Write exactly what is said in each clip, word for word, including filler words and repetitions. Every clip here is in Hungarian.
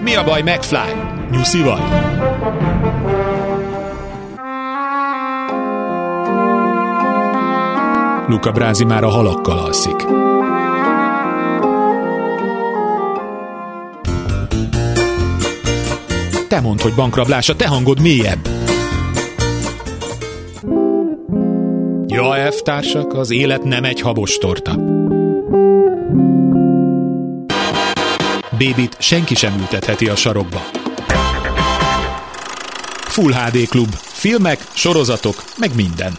Mi a baj, McFly? Nyuszi vagy? Luca Brasi már a halakkal alszik. Te mondd, hogy bankrablás, a te hangod mélyebb. Ja, elvtársak, az élet nem egy habos torta. Bébit senki sem ültetheti a sarokba. Full há dé Klub. Filmek, sorozatok, meg minden.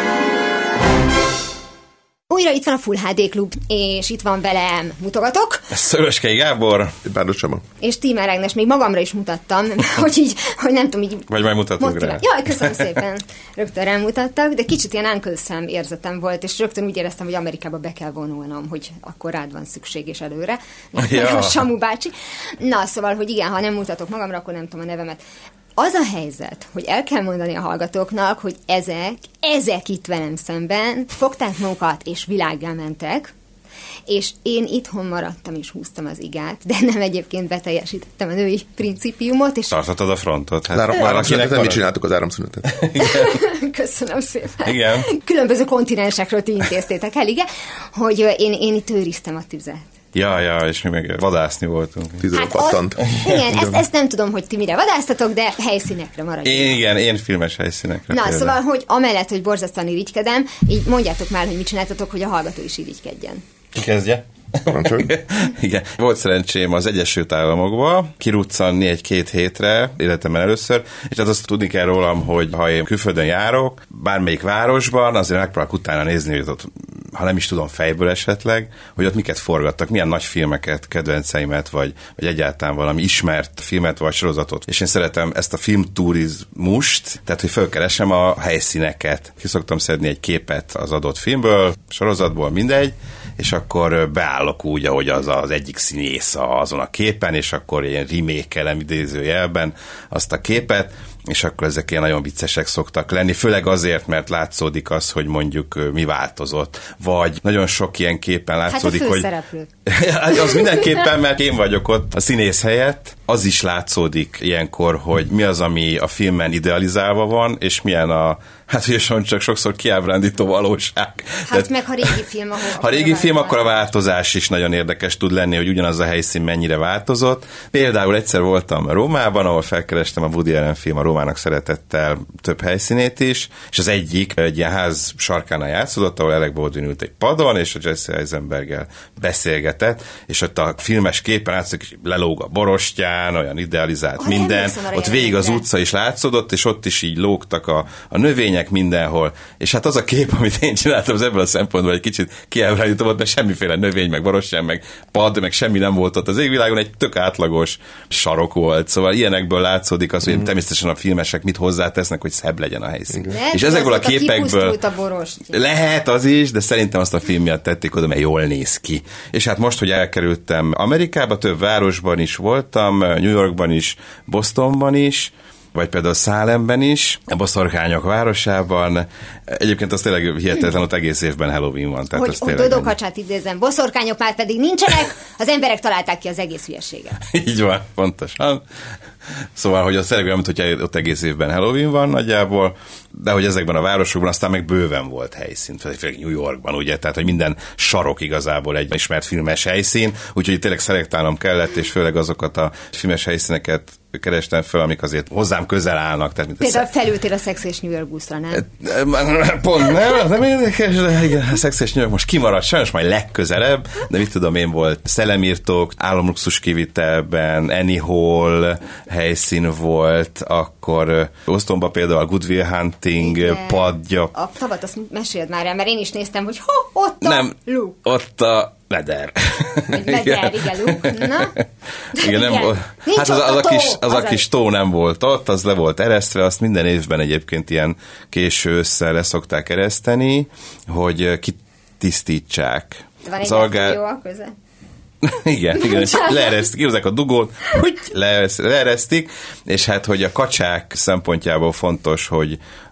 Újra itt van a Full há dé Klub, és itt van velem mutogatok. Szöröskei Gábor. Bárdos Csaba. És Tímer Ágnes, még magamra is mutattam, hogy így, hogy nem tudom, így... Vagy majd mutatunk rá. Jaj, köszönöm szépen. Rögtön rámutattak, de kicsit ilyen Uncle Sam érzetem volt, és rögtön úgy éreztem, hogy Amerikába be kell vonulnom, hogy akkor rád van szükség, és előre. Ja. A Samu bácsi. Na, szóval, hogy igen, ha nem mutatok magamra, akkor nem tudom a nevemet. Az a helyzet, hogy el kell mondani a hallgatóknak, hogy ezek, ezek itt velem szemben fogták magukat és világgá mentek, és én itthon maradtam és húztam az igát, de nem egyébként beteljesítettem a női principiumot. És tartottad a frontot. Hát Áram, áramszünetet nem mi csináltuk az áramszünetet. Köszönöm szépen. Igen. Különböző kontinensekről ti intéztétek el, igen, hogy én, én itt őriztem a tüzet. Ja, ja, és mi meg vadászni voltunk. Tízről pattant. Az, igen, ezt, ezt nem tudom, hogy ti mire vadásztatok, de helyszínekre maradjunk. Én, igen, én filmes helyszínekre. Na, például. Szóval, hogy amellett, hogy borzasztóan irigykedem, így mondjátok már, hogy mit csináltatok, hogy a hallgató is irigykedjen. Ki kezdje? Parancsolj. Igen. Volt szerencsém az Egyesült Államokba kiruccanni egy-két hétre, életemben először, és hát azt tudni kell rólam, hogy ha én külföldön járok, bármelyik városban, azért megpróbálok utána nézni, hogy ott, ha nem is tudom fejből esetleg, hogy ott miket forgattak, milyen nagy filmeket, kedvenceimet, vagy, vagy egyáltalán valami ismert filmet vagy sorozatot. És én szeretem ezt a filmturizmust, tehát hogy fölkeresem a helyszíneket. Ki szoktam szedni egy képet az adott filmből, sorozatból, mindegy, és akkor beállok úgy, ahogy az az egyik színész azon a képen, és akkor én remake-elem idézőjelben azt a képet, és akkor ezek ilyen nagyon viccesek szoktak lenni, főleg azért, mert látszódik az, hogy mondjuk mi változott, vagy nagyon sok ilyen képen látszódik, hát a hogy... főszereplő. Az mindenképpen, mert én vagyok ott a színész helyett, az is látszódik ilyenkor, hogy mi az, ami a filmen idealizálva van, és milyen a, hát ugye csak sokszor kiábrándító valóság. Hát Tehát, meg ha régi film, ahol... ha régi film, akkor a változás is nagyon érdekes tud lenni, hogy ugyanaz a helyszín mennyire változott. Például egyszer voltam Rómában, ahol felkerestem a Woody Allen film a Rómának szeretettel több helyszínét is, és az egyik egy ilyen ház sarkánál játszódott, ahol Alec Baldwin ült egy padon, és a Jesse Eisenberggel beszélgetett, és ott a filmes képen látszik, hogy lelóg a borostyán, olyan idealizált oh, minden, ott végig az utca is látszódott, és ott is így lógtak a, a növények mindenhol, és hát az a kép, amit én csináltam, az ebből a szempontból egy kicsit kiábrándító volt, mert semmiféle növény, meg borostyán, meg pad, meg semmi nem volt ott az égvilágon, egy tök átlagos sarok volt, szóval ilyenekből látszódik az, hogy mm. természetesen a filmesek mit hozzátesznek, hogy szebb legyen a helyszín. De, és ezekből a képekből a lehet az is, de szerintem azt a film miatt tették oda, mert jól néz ki. És hát most, hogy elkerültem Amerikába, több városban is voltam, New Yorkban is, Bostonban is, vagy például Salemben is, a boszorkányok városában. Egyébként az tényleg hihetetlen, ott egész évben Halloween van. Tehát hogy hogy Dodó Kacsát idézem, boszorkányok már pedig nincsenek, az emberek találták ki az egész hülyeséget. Így van, pontosan. Szóval, hogy az tényleg olyan, mintha ott egész évben Halloween van nagyjából, de hogy ezekben a városokban aztán meg bőven volt helyszín, főleg New Yorkban, ugye, tehát, hogy minden sarok igazából egy ismert filmes helyszín, úgyhogy tényleg szelektálnom kellett, és főleg azokat a filmes helyszíneket kerestem fel, amik azért hozzám közel állnak. Tehát, mint például felültél a Szex és New York buszra, nem? Pont nem, az nem érdekes, de igen, a Szex és New York most kimaradt, sajnos majd legközelebb, de mit tudom én, volt Szellemírtók, Álomluxus kivitelben, Annie Hall helyszín volt, akkor Bostonban például a Good Will Hunting igen. padja. A tavat azt meséld már el, mert én is néztem, hogy ho, ott a nem, Luke. Ott a Leder. Leder, igen, Luke. Na? Igen, nem volt. Hát az, az, a kis, az, az a kis tó nem volt ott, az le volt eresztve, azt minden évben egyébként ilyen késő ősszel le szokták ereszteni, hogy kitisztítsák. De van egy algár... jó a köze? Igen, igen, leeresztik, kihozzák a dugót, hogy leeresztik, és hát, hogy a kacsák szempontjából fontos, hogy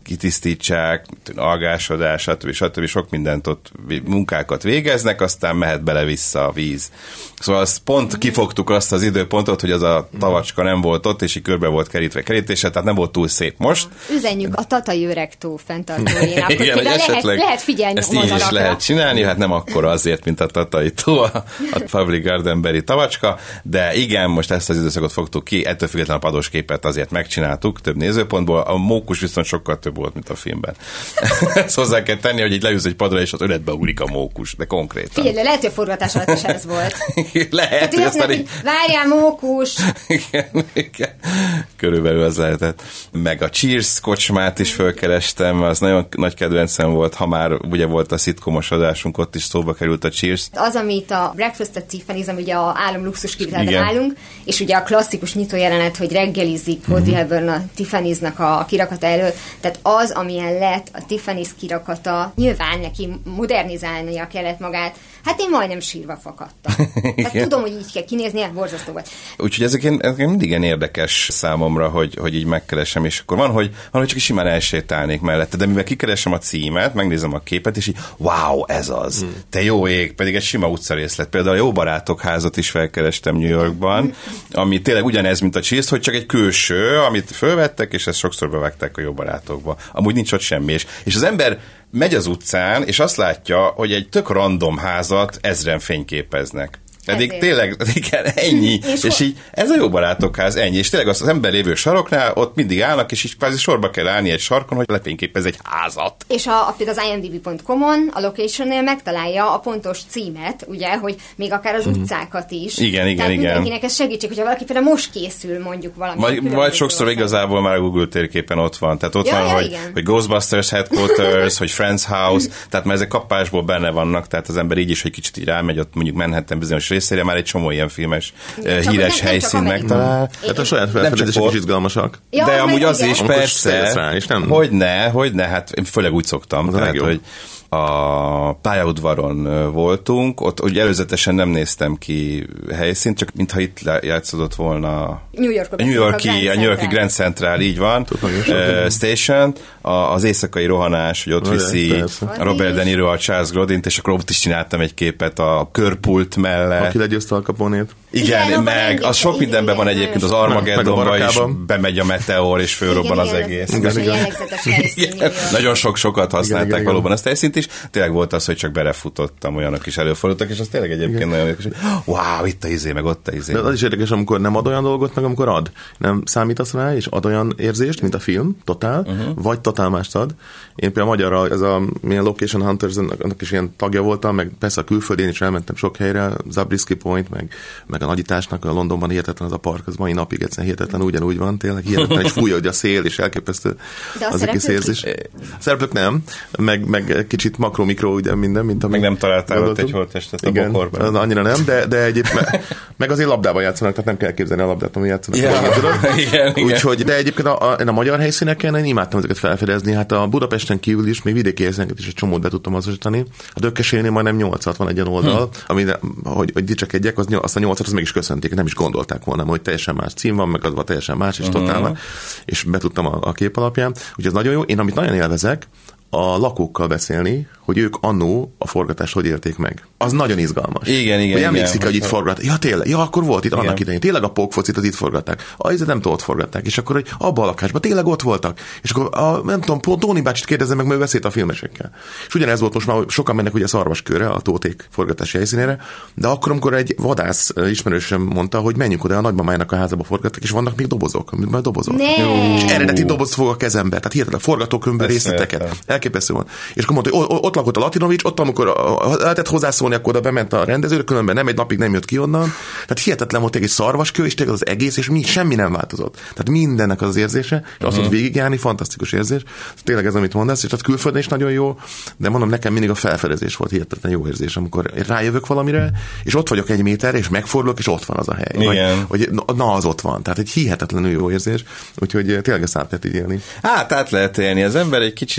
kitisztítsák, algásodás, stb. stb. Sok mindent ott munkákat végeznek, aztán mehet bele vissza a víz. Szóval azt pont kifogtuk azt az időpontot, hogy az a tavacska nem volt ott, és így körbe volt kerítve kerítése, tehát nem volt túl szép most. Üzenjük a Tatai Öregtó fenntartóinak, igen, hogy lehet, lehet figyelni ezt így is lehet csinálni, hát nem akkora azért, mint a Tatai tó, a, a Public Gardenbeli tavacska, de igen, most ezt az időszakot fogtuk ki, ettől függetlenül a padós képet azért megcsináltuk több nézőpontból, a mókus viszont sokkal több volt, mint a filmben. Ezt hozzá kell tenni, hogy így leülsz egy padra, és ott öletbe ugrik a mókus, de konkrétan. Figyelj, lehet, hogy a forgatás alatt is ez volt. Lehet, hogy aztán így... Várjál, mókus! igen, igen. Körülbelül az lehetett. Meg a Cheers kocsmát is fölkerestem, az nagyon nagy kedvencem volt, ha már ugye volt a szitkomos adásunk, ott is szóba került a Cheers. Az, amit a Breakfast at Tiffany's, ami ugye a állam luxus kivitelben állunk, és ugye a klasszikus nyitójelenet, hogy reggelizik mm-hmm. Audrey Hepburn a Tiffany's-nak a kirakata előtt, tehát az, amilyen lett a Tiffany's kirakata, nyilván neki modernizálnia kellett magát, hát én majdnem sírva fakadtam. Tehát tudom, hogy így kell kinézni, borzasztó volt. Úgyhogy ezek, ezek mindig ilyen érdekes számomra, hogy, hogy így megkeresem, és akkor van, hogy, van, hogy csak simán elsétálnék mellette, de mivel kikeresem a címet, megnézem a képet, és így wow, ez az. Hmm. Te jó ég, pedig egy sima utcarészlet. Például a Jó Barátok házat is felkerestem New Yorkban, ami tényleg ugyanez, mint a Cheers, hogy csak egy külső, amit fölvettek, és ezt sokszor bevágták a Jó Barátokba. Amúgy nincs ott semmi. És, és az ember megy az utcán, és azt látja, hogy egy tök random házat ezren fényképeznek. Pedig tényleg, igen, ennyi. és, és így, ez a Jó Barátok ház, ennyi. És tényleg az, az ember lévő saroknál ott mindig állnak, és így kvázi sorba kell állni egy sarkon, hogy lefényképez egy házat. És a, a, például az i m d b pont com-on, a location-nél megtalálja a pontos címet, ugye, hogy még akár az mm-hmm. utcákat is. Igen, igen, Tehát igen. mindenkinek ez segítség, hogyha valaki például most készül mondjuk valami. Vagy, vagy sokszor ország. Igazából már a Google térképen ott van. Tehát ott ja, van, ja, hogy, hogy Ghostbusters Headquarters, hogy Friends House, tehát már ezek kapásból benne vannak, tehát az ember így is, hogy kicsit így rámegy, ott mondjuk Manhattan bizonyos részére, már egy csomó ilyen filmes igen, uh, híres nem, helyszín megtalál. Tehát a saját felfedezések is izgalmasak. Ja, de amúgy az is persze, rá, és nem... hogyne, hogyne, hát én főleg úgy szoktam, az tehát, hogy a pályaudvaron voltunk, ott ugye előzetesen nem néztem ki helyszínt, csak mintha itt játszódott volna New, York, a New Yorki, a, a New Yorki Grand Central, így van, uh, Station, a, az éjszakai rohanás, hogy ott no, viszi a Robert De Niro, a Charles Grodint, és akkor ott is csináltam egy képet a körpult mellett. Aki legyőzte Al Caponét. Igen, igen, meg az sok mindenben van egyébként, az Armageddonban is bemegy a meteor, és fölrobban az egész. Igen, igen. Igen. Nagyon sok-sokat használták igen, valóban azt helyszínt is. Tényleg volt az, hogy csak berefutottam, olyanok is előfordultak, és az tényleg egyébként igen. nagyon érdekes, hogy wow, itt a izé, meg ott a izé. De az is érdekes, amikor nem ad olyan dolgot, meg amikor ad. Nem számítasz rá, és ad olyan érzést, mint a film, totál, uh-huh. vagy totál mást ad. Én például magyarra, ez a milyen Location Hunters, annak is ilyen tagja voltam, meg persze a külföldén is elmentem sok helyre, Zabriskie Point, meg, meg a nagyításnak, a Londonban hihetetlen az a park, az mai napig egyszerűen hihetetlen ugyanúgy van, tényleg hihetetlen, és fújja, hogy a szél, és elképesztő az egész érzés. A szereplők nem, meg, meg kicsit makro-mikro, ugye minden, mint meg nem találtál ott egy holttestet a bokorban. Annyira nem, de, de egyébként meg, meg azért labdával játszanak, tehát nem kell képzelni a labdát, ami játszanak. Yeah. igen, igen. Úgyhogy, de egyébként a, a, a magyar helyszíneken én imádtam ezeket felfedezni, hát a Budapesten kívül is, még vidéki helyszíneket is egy csomót be tudtam azonosítani. A Dökkesénél majdnem nyolcat van egy ilyen oldal, hmm. ami, hogy, hogy dicsekedjek, az, azt a nyolcat az mégis köszönték, nem is gondolták volna, hogy teljesen más cím van, meg az van teljesen más, és uh-huh. totál, és betudtam a, a kép alapján. Úgyhogy ez nagyon jó. Én amit nagyon élvezek, a lakókkal beszélni, hogy ők annó a forgatást hogy élték meg. Az nagyon izgalmas. Igen, igen. Hogy emlékszik, igen, hogy itt forgatták. Ja, tényleg. Ja, akkor volt itt igen. annak idején. Tényleg a pókfocit az itt forgatták. A izet nem tudom, ott forgatták. És akkor, hogy abban a lakásban tényleg ott voltak. És akkor, a, nem tudom, Tóni bácsit kérdezem meg, mert beszélt a filmesekkel. És ugyanez volt most már, sokan mennek ugye Szarvaskőre, a Tóték forgatási helyszínére, de akkor, amikor egy vadász ismerősöm mondta, hogy menjünk oda a nagymamájának a házába forgattak, és vannak még dobozok, amit már dobozok. És eredeti dobozt fog a kezembe. Tehát hihetetlen forgatókönyvben részleteket. Elképesztő van. És akkor mondta, hogy ott lakott a Latinovics, ott amikor lehetett hozzászólni, akkor oda bement a rendezőre, különben nem egy napig nem jött ki onnan. Tehát hihetetlen volt egy szarvaskő, és tényleg az egész, és mi, semmi nem változott. Tehát mindennek az, az érzése, és uh-huh. azt, hogy végigjárni, fantasztikus érzés. Tényleg ez, amit mondasz, és tehát külföldön is nagyon jó, de mondom, nekem mindig a felfedezés volt hihetetlen jó érzés, amikor rájövök valamire, és ott vagyok egy méterre, és megfordulok, és ott van az a hely. Vagy, hogy na, az ott van. Tehát egy hihetetlenül jó érzés, úgyhogy tényleg ezt át lehet így élni. Hát át lehet élni. Az ember egy kicsit olyan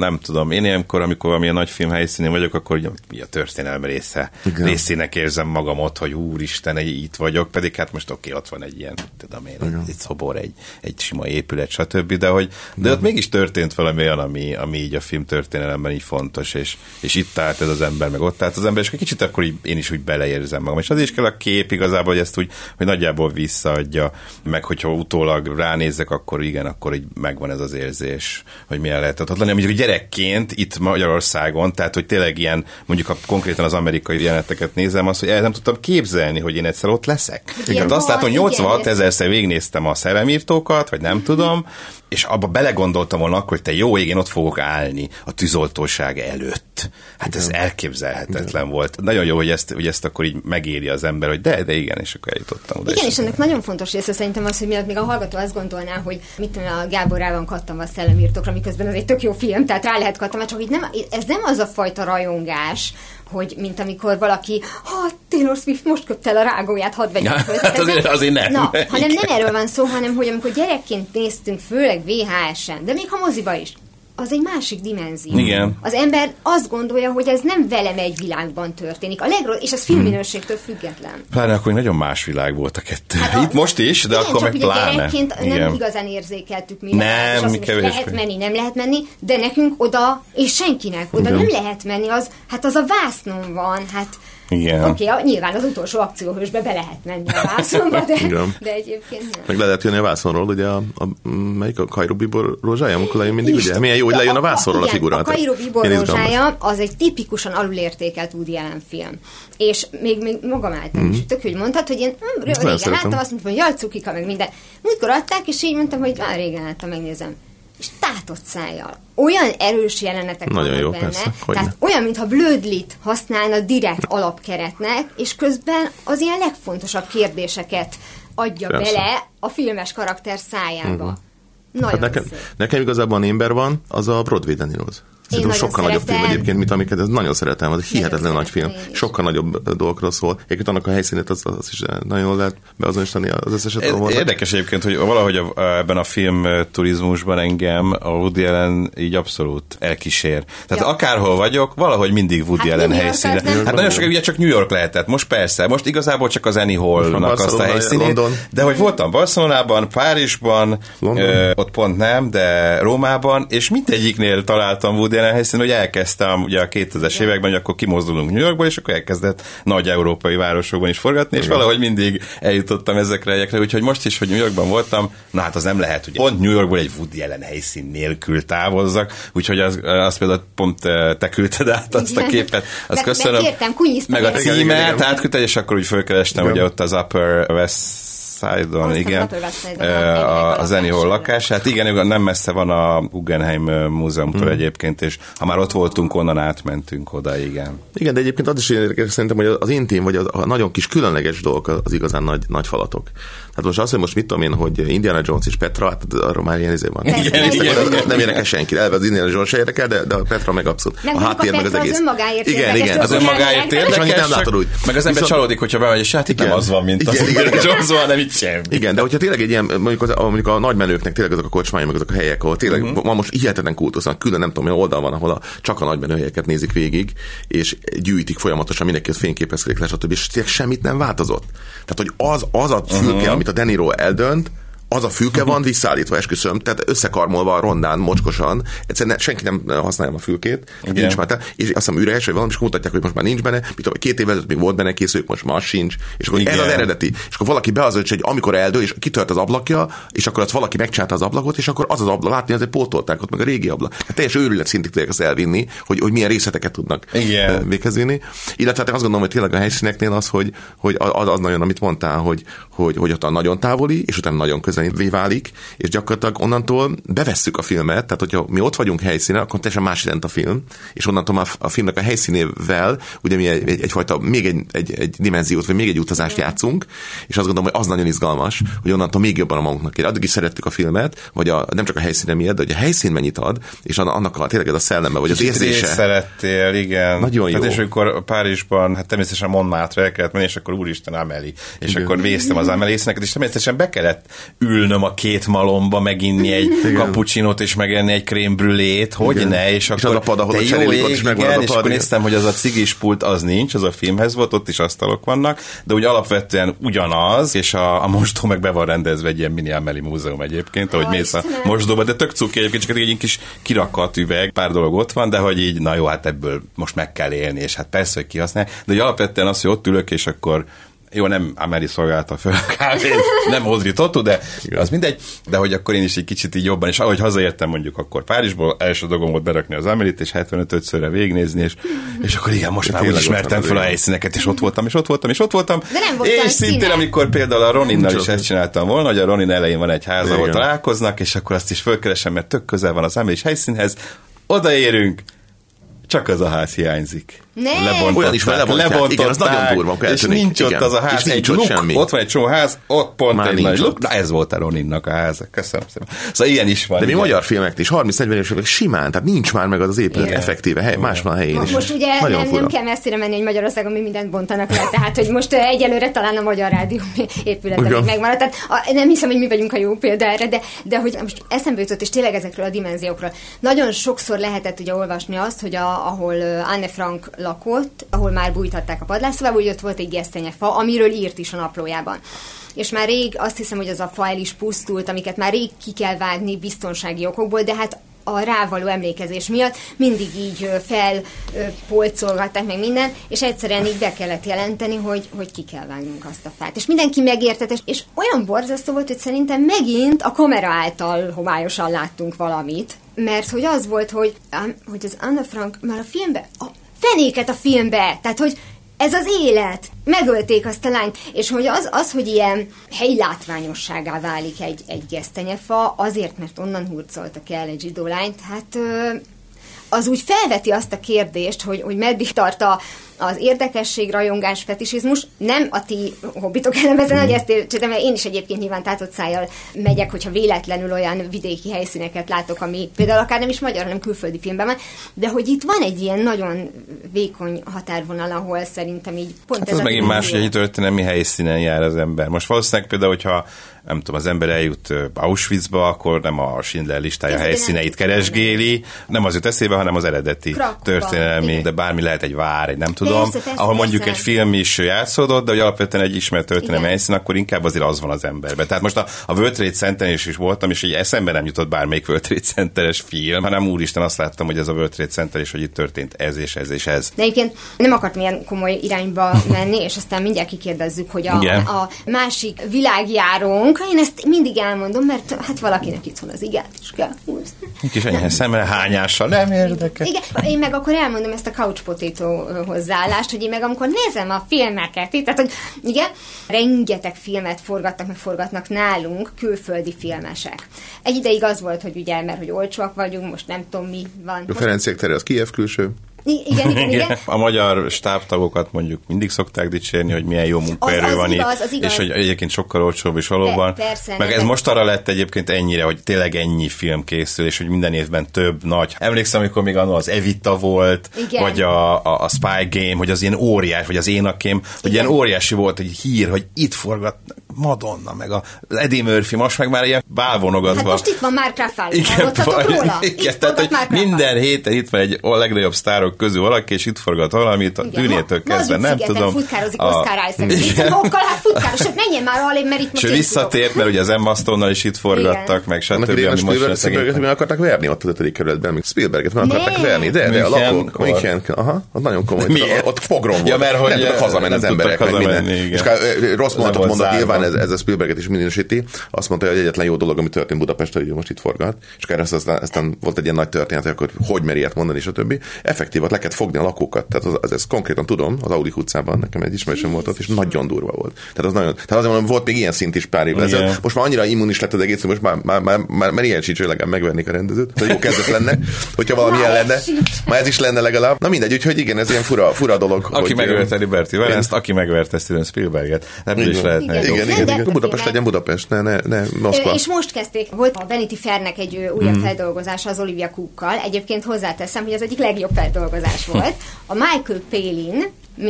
nem tudom, én ilyenkor, amikor valamilyen nagy film helyszínén vagyok, akkor ugye, a történelem része, részének érzem magamot, hogy úristen, itt vagyok, pedig hát most oké, okay, ott van egy ilyen, tudom én, egy, egy szobor, egy, egy sima épület, stb., de hogy de ott mégis történt valami olyan, ami, ami így a film történelemben így fontos, és, és itt állt ez az ember, meg ott állt az ember, és kicsit akkor így, én is úgy beleérzem magam. És az is kell a kép igazából, hogy ezt úgy, hogy nagyjából visszaadja, meg hogyha utólag ránézzek, akkor igen, akkor így megvan ez az érzés, hogy milyen lehetett ott lenni. Mondjuk gyerekként itt Magyarországon, tehát hogy tényleg ilyen, mondjuk ha konkrétan az amerikai jeleneteket nézem, azt, hogy el nem tudtam képzelni, hogy én egyszer ott leszek. Tehát azt látom, nyolcvanhat ezerszer végignéztem a Szerelmírtókat, vagy nem tudom, és abba belegondoltam volna akkor, hogy te jó ég, én ott fogok állni a tűzoltóság előtt. Hát ez igen. elképzelhetetlen igen. volt. Nagyon jó, hogy ezt, hogy ezt akkor így megéri az ember, hogy de, de igen, és akkor eljutottam oda. Igen, és ennek nagyon fontos része szerintem az, hogy miatt még a hallgató azt gondolná, hogy mit tudom, a Gábor rá van kattanva a Szellemírtókra, miközben ez egy tök jó film, tehát rá lehet kattanva, csak így nem, ez nem az a fajta rajongás, hogy mint amikor valaki, ha Taylor Swift most köpte el a rágóját, hadd vegyük föl. Hát azért, azért nem. Na, hanem nem erről van szó, hanem hogy amikor gyerekként néztünk, főleg vé há esen, de még ha moziba is, az egy másik dimenzió. Igen. Az ember azt gondolja, hogy ez nem velem egy világban történik. A legrossz, és ez filmminőségtől független. Pláne akkor nagyon más világ volt a kettő. Hát a, itt most is, de igen, akkor meg pláne. Gyerekként igen. nem igazán érzékeltük mi. Nem, mi kevésbé. Lehet menni, nem lehet menni, de nekünk oda, és senkinek oda igen. nem lehet menni, az, hát az a vásznon van, hát oké, okay, nyilván az utolsó akcióhősbe be lehet menni a vászonba, de, de egyébként nem. Meg le lehet jönni a vászonról, ugye a, a, melyik a Kairó Bíbor rózsája, amikor lejön mindig, ugye? Milyen jó, hogy lejön a vászonról a, a figura. A Kairó Bíbor rózsája az egy tipikusan alulértékelt Woody Allen film. És még, még magam álltam mm. is. Tök, hogy mondtad, hogy én hm, régen láttam, azt mondtam, hogy jaj, cukika, meg minden. Múltkor adták, és így mondtam, hogy már régen láttam, megnézem. És tátott szájjal. Olyan erős jelenetek nagyon vannak jó, benne. Persze, tehát olyan, mintha Blödlit használna direkt alapkeretnek, és közben az ilyen legfontosabb kérdéseket adja persze. bele a filmes karakter szájába. Uh-huh. Nagyon hát nekem, nekem igazából ember van, az a Broadway Danny Rose. Szerintem sokkal nagyobb film egyébként, mint amiket, ez nagyon szeretem, az egy hihetetlen nagy film. Sokkal nagyobb dolgokról szól. Egyébként annak a helyszínét az, az is nagyon jól lehet beazonosítani az összeset. Érdekes egyébként, hogy valahogy a, ebben a film turizmusban engem a Woody Allen így abszolút elkísér. Tehát ja. akárhol vagyok, valahogy mindig Woody hát Allen helyszínre. Nem. Hát nagyon sok, ugye csak New York lehetett. Most persze, most igazából csak az Annie Hall-nak azt a helyszínét. London. De hogy voltam Barcelonában, Párizsban, ö, ott pont nem, de Rómában, és mindegyiknél találtam Woody helyszín, hogy elkezdtem ugye a kétezres években, hogy akkor kimozdulunk New Yorkból, és akkor elkezdett nagy európai városokban is forgatni, és valahogy mindig eljutottam ezekre egyekre, úgyhogy most is, hogy New Yorkban voltam, na hát az nem lehet, hogy pont New Yorkból egy Woody Allen helyszín nélkül távozzak, úgyhogy az, az például pont te küldted át azt a képet, azt köszönöm. Megkértem, meg a címet átküldted, és akkor úgy fölkerestem, ugye ott az Upper West Side-on, igen, az Annie Hall lakását. Igen, nem messze van a Guggenheim múzeumtól hmm. egyébként, és ha már ott voltunk, onnan átmentünk oda, igen. Igen, de egyébként az is érdekes szerintem, hogy az intim, vagy a nagyon kis különleges dolgok az igazán nagy, nagy falatok. Hát most azt, hogy most mit tudom én, hogy Indiana Jones és Petra, hát arról már ilyen izé van. Igen, igen, igen, igen. Nem érdekel senki. Elve az Indiana Jones se érdekel, de, de a Petra meg abszolút. Meg a háttér, meg az egész. Az önmagáért igen, igen, az önmagáért érdekes, meg az ember csalódik, hogyha bemegy, és hát itt nem az van, mint az Indiana Jones van, nem itt semmi. Igen, de hogyha tényleg egy ilyen, mondjuk, az, mondjuk a nagymenőknek tényleg azok a kocsmái, meg azok a helyek, ahol tényleg uh-huh. van most hihetetlen kultusznak, külön nem tudom, milyen oldal van, ahol a, csak a nagymenőhelyeket nézik végig, és gyűjtik folyamatosan mindenki fényképezkedik le, stb. És semmit nem változott. Tehát, hogy az, az a fülke, uh-huh. amit a De Niro eldönt, az a fülke van visszaállítva, esküszöm, tehát összekarmolva rondán, mocskosan, egyszerűen senki nem használja a fülkét, nincs már, és azt hiszem üres, vagy valami, és mutatják, hogy most már nincs benne, mit tudom, két évvel ezelőtt még volt benne készülők, most már sincs, és akkor igen. ez az eredeti. És akkor valaki beazolt, hogy amikor eldől, és kitört az ablakja, és akkor az valaki megcsinálta az ablakot, és akkor az az ablak, látni, azért pótolták ott meg a régi ablak. Hát teljes őrület szintig tudják azt elvinni, hogy, hogy milyen részleteket tudnak véghez vinni. Illetve hát azt gondolom, hogy tényleg a helyszíneknél az, hogy, hogy az, az nagyon, amit mondtál, hogy, hogy, hogy ott a nagyon távoli, és utána nagyon közel válik, és gyakorlatilag onnantól bevesszük a filmet, tehát hogyha mi ott vagyunk helyszínen, akkor teljesen más jelent a film, és onnantól már a filmnek a helyszínével ugye mi egy, egy, egyfajta még egy, egy, egy dimenziót, vagy még egy utazást játszunk, és azt gondolom, hogy az nagyon izgalmas, hogy onnantól még jobban a magunknak ér. Addig is szerettük a filmet, vagy a, nem csak a helyszíne miatt, de hogy a helyszín mennyit ad, és annak a tényleg ez a szelleme, vagy az érzése. Szerettél, igen. Nagyon jó. Hát és amikor Párizsban, hát természetesen Montmartre el kellett menni, és akkor úristen Amélie, és igen. akkor vésztem az Amélie észnek, és természetesen be kellett ülni leülnöm a két malomba, meginni egy cappuccinót és megenni egy crème brûlét, hogy igen. ne, és, és akkor az a pad, ahol de a jó ég, is igen, és akkor néztem, hogy az a cigis pult az nincs, az a filmhez volt, ott is asztalok vannak, de úgy alapvetően ugyanaz, és a, a mosdó meg be van rendezve egy ilyen mini Amelie múzeum egyébként, ahogy mész a mosdóba, de tök cuki egyébként, csak egy kis kirakat üveg, pár dolog ott van, de hogy így, na jó, hát ebből most meg kell élni, és hát persze, hogy kihasználják, de hogy alapvetően az, hogy ott ülök, és akkor jó, nem Amelie szolgálta fel a kávét, nem Audrey Tautou, de az mindegy, de hogy akkor én is egy kicsit így jobban, és ahogy hazaértem mondjuk akkor Párizsból, első dolgom volt berakni az Amelie-t, és hetvenöt-szörre végignézni, és, és akkor igen, most már úgy ismertem fel a helyszíneket, és ott voltam, és ott voltam, és ott voltam. De nem voltál és szintén, színe. Amikor például a Roninnal is ezt csináltam volna, hogy a Ronin elején van egy ház, ahol találkoznak, és akkor azt is fölkeresem, mert tök közel van az Amelie helyszínhez, odaérünk, csak az a ház hiányzik. Nem. Olyan is lebontották, igen, az nagyon durva, és nincs igen. ott az a ház, egy luk, semmi. Ott van egy csomó ház, ott pont már egy nagy luk, na ez volt a Roninnak a háza, köszönöm szépen. Szóval ilyen is van. De mi magyar filmek is, harminc-negyven évesek simán, tehát nincs már meg az az épület igen. effektíve hely, más van a helyén is. Most ugye nem, nem kell messzire menni, hogy Magyarországon mi mindent bontanak le, tehát hogy most egyelőre talán a Magyar Rádió épületen megmaradt. Tehát a, nem hiszem, hogy mi vagyunk a jó példa erre, de, de hogy most eszembe jutott, és tényleg ezekről a dimenziókról. Nagyon sokszor lehetett ugye olvasni azt, hogy a, ahol Anne Frank lakott, ahol már bújtatták a padlásszobába, úgy ott volt egy gesztenyefa, amiről írt is a naplójában. És már rég azt hiszem, hogy az a fa el is pusztult, amiket már rég ki kell vágni biztonsági okokból, de hát a rávaló emlékezés miatt mindig így felpolcolgatták meg minden, és egyszerűen így be kellett jelenteni, hogy, hogy ki kell vágnunk azt a fát. És mindenki megértette, és olyan borzasztó volt, hogy szerintem megint a kamera által homályosan láttunk valamit, mert hogy az volt, hogy, hogy az Anne Frank már a filmbe, a fenéket a filmbe, tehát hogy ez az élet, megölték azt a lányt, és hogy az, az hogy ilyen helyi látványosságá válik egy, egy gesztenyefa, azért, mert onnan hurcoltak el egy zsidó lányt, hát az úgy felveti azt a kérdést, hogy, hogy meddig tart a, az érdekesség, rajongás, fetisizmus. Nem a ti hobbitok elemezen, hogy ezt értsétek, mert én is egyébként nyilván tátott szájjal megyek, hogyha véletlenül olyan vidéki helyszíneket látok, ami például akár nem is magyar, hanem külföldi filmben van, de hogy itt van egy ilyen nagyon vékony határvonal, ahol szerintem így pont hát ez az megint más, hogy egy történelmi helyszínen jár az ember. Most valószínűleg például, hogyha nem tudom, az ember eljut Auschwitzba, akkor nem a Schindler listája ez helyszíneit keresgéli, nem az jut eszébe, hanem az eredeti Krakba, történelmi, igen. De bármi lehet egy vár, egy nem tudom, persze, persze, ahol mondjuk persze. Egy film is játszódott, de hogy alapvetően egy ismert történelmi helyszín, akkor inkább azért az van az emberben. Tehát most a, a World Trade Center-en is, is voltam, és így eszembe nem jutott bármelyik World Trade Center-es film, hanem úristen azt láttam, hogy ez a World Trade Center, és hogy itt történt ez és ez és ez. De egyébként nem akartam ilyen komoly irányba menni, és aztán mindjárt kikérdezzük, hogy a, a másik világjárón én ezt mindig elmondom, mert hát valakinek itthon az igát is kell húzni. Kis enyhe szemmel, hányással, nem érdekes. Igen, én meg akkor elmondom ezt a couch potato hozzáállást, hogy én meg amikor nézem a filmeket, tehát hogy igen, rengeteg filmet forgatnak, meg forgatnak nálunk külföldi filmesek. Egy ideig az volt, hogy ugye, mert hogy olcsóak vagyunk, most nem tudom mi van. A Ferenciek tere az Kijev külső. Igen, igen, igen. A magyar stábtagokat mondjuk mindig szokták dicsérni, hogy milyen jó munkaerő az, az van igaz, itt, és hogy egyébként sokkal olcsóbb is valóban. De, persze, meg ez most arra lett egyébként ennyire, hogy tényleg ennyi film készül, és hogy minden évben több nagy. Emlékszem, amikor még annól az Evita volt, igen. Vagy a, a, a Spy Game, hogy az ilyen óriás, vagy az Énakém, hogy ilyen óriási volt egy hír, hogy itt forgat Madonna, meg a Eddie Murphy, most meg már ilyen bálvonogatva. Hát most itt van Mark Ruffalo, hallottatok róla? Igen, tehát, hogy minden héten itt van egy a legnagyobb sztárok közül valaki, és itt forgat valamit, a tűnétől kezdve, nem tudom. Futkározik Oscar Isaac. Okkal hát futkáros, menjen már alé, mert itt most és visszatért, mert ugye az Emma Stone-nal is itt forgattak, meg stb. Ami most Spielberget meg akarták verni ott az ötödik kerületben, még Spielberget meg akarták verni, de de a lakók, München, aha, az nagyon komoly. Ott pogrom volt. Nem tudtak hazamenni az emberek, meg minden. És rossz mondatot mondott, nyilván ez a Spielberget is minősíti. Azt mondta, hogy egyetlen jó dolog, ami történt Budapesten, hogy most itt forgat. És aztán, aztán volt egy ilyen nagy történet, hogy akkor hogy meri ilyet mondani, és a többi. Effektívat le kellett fogni a lakókat. Tehát az, az, ez konkrétan tudom, az Audi utcában nekem egy ismerősöm volt ott, és nagyon durva volt. Tehát az nagyon, tehát azért mondom, volt még ilyen szint is pár évvel ezelőtt. Most már annyira immunis lett az egész, hogy most már, már, már, már, már ilyen sincs, hogy legalább megvernék a rendezőt. Tehát jó kezdet lenne, hogyha valami ilyen lenne. Már ez is lenne legalább. Na mindegy, úgyhogy igen, ez ilyen fura, fura dolog. Aki megverte Liberty Valance-t, aki megverte Steven Spielberget. Nem is lehetne. Igen, igen, igen. Budapest legyen Budapest, ne, ne, ne Moszkva. És most kezdték, volt a Vanity Fairnek egy újabb mm. feldolgozása az Olivia Cookkal. Egyébként hozzáteszem, hogy az egyik legjobb feldolgozás volt. A Michael Palin, mint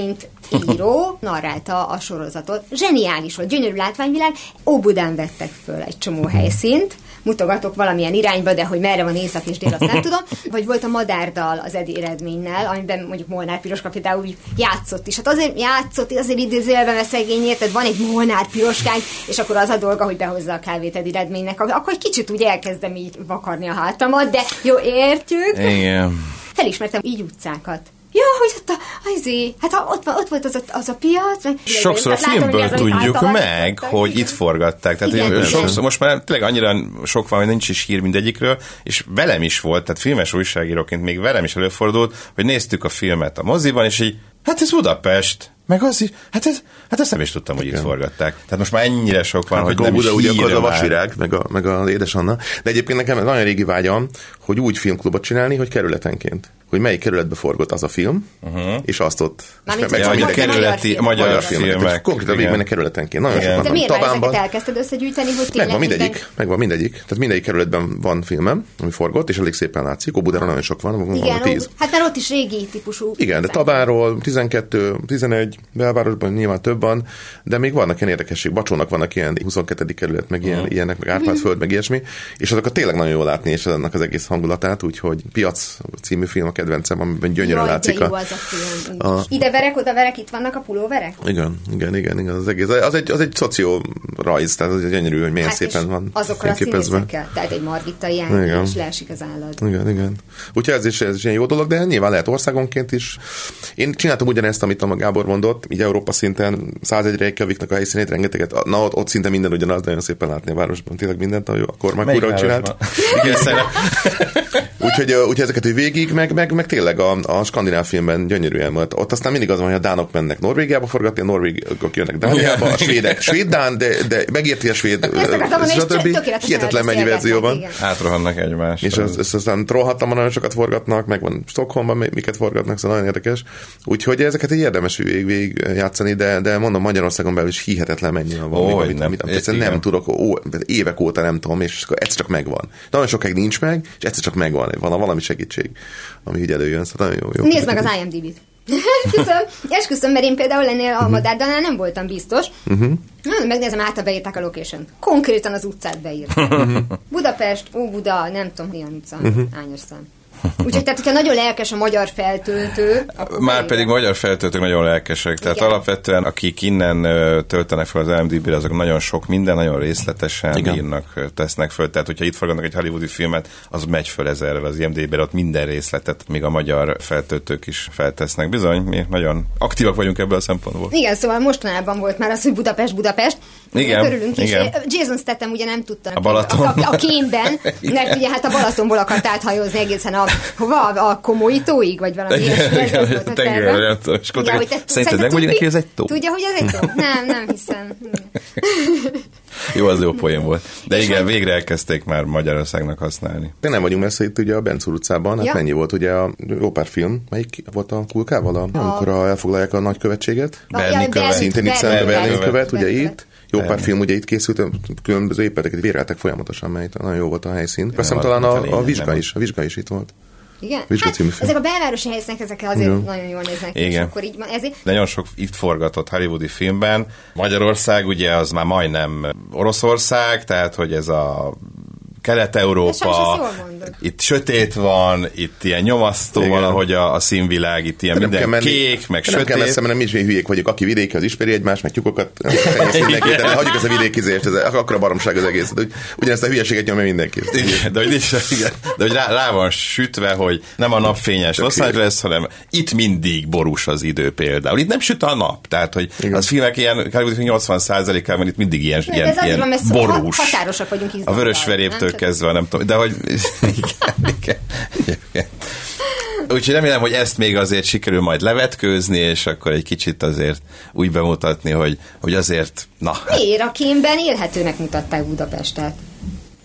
író narrálta a sorozatot. Zseniális volt, gyönyörű látványvilág. Óbudán vettek föl egy csomó helyszínt, mutogatok valamilyen irányba, de hogy merre van észak és dél, azt nem tudom. Vagy volt a Madárdal az Edi Eredménnyel, amiben mondjuk Molnár Piroska például úgy játszott is. Hát azért játszott, azért idézőjelben, mert szegényért, tehát van egy Molnár Piroskánk, és akkor az a dolga, hogy behozza a kávét Edi Eredménynek. Akkor egy kicsit úgy elkezdem így vakarni a hátamat, de jó, értjük. Igen. Felismertem így utcákat. Ja, hogy ott a, azért, hát ott, ott volt az a, az a piac. Meg, sokszor a filmből látom, tudjuk meg, hogy igen. Itt forgatták. Tehát igen, sokszor, most már tényleg annyira sok van, hogy nincs is hír mindegyikről, és velem is volt, tehát filmes újságíróként még velem is előfordult, hogy néztük a filmet a moziban, és így, hát ez Budapest. Meg az is, hát, ez, hát ezt nem is tudtam, hogy igen. Itt forgatták. Tehát most már ennyire sok van, hát, hogy nem Buda, is ugye akkor a Vasvirág, meg a, meg a Édes Anna. De egyébként nekem ez nagyon régi vágyam, hogy úgy filmklubot csinálni, hogy kerületenként. Hogy melyik kerületbe forgott az a film, uh-huh. és azt ott... Meg ja, a kerületi magyar, magyar filmek. filmek. Konkrétan végigmennek kerületenként. Nagyon sokan. De miért már ezeket elkezdted összegyűjteni, hogy tényleg megvan mindegyik, megvan mindegyik. Tehát mindegyik kerületben van filmem, ami forgott, és elég szépen látszik. Óbudáron nagyon sok van, igen, van tíz. Hát már ott is régi típusú. Igen, de Tabáról tizenkettő, tizenegy, belvárosban nyilván több van, de még vannak ilyen érdekesség. Bacsónak vannak ilyen huszonkettedik kerület, meg ilyen, uh-huh. ilyenek, meg Árpád-föld, meg ilyesmi, és azokat tényleg nagyon jól látni, és ennek az egész hangulatát, úgyhogy Piac című film a kedvencem, amiben gyönyörűen látszik. Jó az a film. A... Ide verek, oda verek, itt vannak a pulóverek? Igen, igen, igen, igen, az egész. Az egy, az egy szoció rajz, tehát az egy gyönyörű, hogy milyen hát szépen van azokkal a színészekkel, tehát egy Margita Ján, és leesik az állat. Igen, igen. Úgyhogy ez is, ez is ilyen jó dolog, de nyilván lehet országonként is. Én csináltam ugyanezt, amit a Gábor mondott, így Európa szinten százegyre Reykjaviknak a helyszínét, rengeteget, na ott, ott szinte minden ugyanaz, nagyon szépen látni a városban, tényleg mindent, a kormány úrral csinált. Úgyhogy, úgyhogy ezeket hogy végig, meg, meg, meg tényleg a, a skandináv filmben gyönyörűen volt. Ott aztán mindig az van, hogy a dánok mennek Norvégiába forgatni, a norvégok jönnek Dániába, a svédek svéd-dán, de, de megérti a svéd, stb. Hihetetlen mennyi verzió van. Átrohannak egymást. És az, az, aztán Trollhattamban nagyon sokat forgatnak, meg van Stockholmban miket forgatnak, szóval nagyon érdekes. Úgyhogy ezeket egy érdemes végig, végig játszani, de, de mondom, Magyarországon belül is hihetetlen mennyi van. Ó, amit, nem, amit, amit nem tudok, ó, évek óta nem tudom, és egyszer csak megvan. Nagyon sokáig nincs meg, és egyszer csak megvan. Van valami segítség, ami így előjön. Szóval nagyon jó, jó. Nézd meg az I M D B-t. Esküszöm, esküszöm, mert én például ennél a Madárdánál nem voltam biztos. Uh-huh. Na, megnézem, át beírták a location-t. Konkrétan az utcát beírták. Uh-huh. Budapest, Óbuda, nem tudom, milyen utca, uh-huh. ányos szám. Úgyhogy, tehát, hogyha nagyon lelkes a magyar feltöltő... Már pedig magyar feltöltők nagyon lelkesek. Tehát igen. Alapvetően, akik innen töltenek fel az I M D B-re, azok nagyon sok minden, nagyon részletesen igen. írnak, tesznek föl. Tehát, hogyha itt forgatnak egy hollywoodi filmet, az megy föl ezerrel az I M D B-re, ott minden részletet, még a magyar feltöltők is feltesznek. Bizony, mi nagyon aktívak vagyunk ebből a szempontból. Igen, szóval mostanában volt már az, hogy Budapest, Budapest. Igen, Körülünk igen. is. Jason Statham ugye nem tudta. A Balaton. A, a, a kémben, mert ugye hát a Balatonból akart áthajózni egészen a hova? A Komolytóig, vagy valami ilyesmi. A tengerre. Szerinted megmondjuk neki, ez egy tó? Tudja, hogy ez egy tó? Nem, nem hiszem. Jó, az jó poén volt. De és igen, végre elkezdték már Magyarországnak használni. De nem vagyunk messze itt ugye a Bencúr utcában, hát ja. Mennyi volt ugye a jó pár film, melyik volt a Kulkával, a, a... amikor a, elfoglalják a nagykövetséget? Berni követ. Szintén itt szemben Berni követ, ugye itt. Jó pár film ugye itt készült, különböző épületeket véreltek folyamatosan, mert nagyon jó volt a helyszín. Azt hiszem talán a, a vizsga is, a vizsga is itt volt. Igen, hát ezek a belvárosi helyszínek, ezek azért igen. nagyon jól néznek ki, és akkor így van ezért. Nagyon sok itt forgatott hollywoodi filmben. Magyarország ugye az már majdnem Oroszország, tehát hogy ez a Kelet-Európa, itt sötét van, itt ilyen nyomasztó igen. valahogy a, a színvilág, itt ilyen minden menni, kék, meg sötét. Nem kell messze, mert nem is hülyék vagyok, aki vidéki, az ismeri egymást, meg tyúkokat, de hagyjuk ezt a vidékizést, ez akkora baromság az egész. Ugyanezt a hülyeséget nyomja mindenki. Igen, de hogy, nincs, igen, de hogy rá, rá van sütve, hogy nem a napfényes Los Angeles, hanem itt mindig borús az idő például. Itt nem süt a nap, tehát hogy igen. az filmek ilyen, nyolcvan százalékában itt mindig ilyen, ilyen, ilyen borús. Határosak vagyunk a Vörösveréptől kezdve, nem tudom, de hogy igen, igen, igen. Úgyhogy remélem, hogy ezt még azért sikerül majd levetkőzni, és akkor egy kicsit azért úgy bemutatni, hogy, hogy azért, na. Miért a kémben élhetőnek mutatták Budapestet?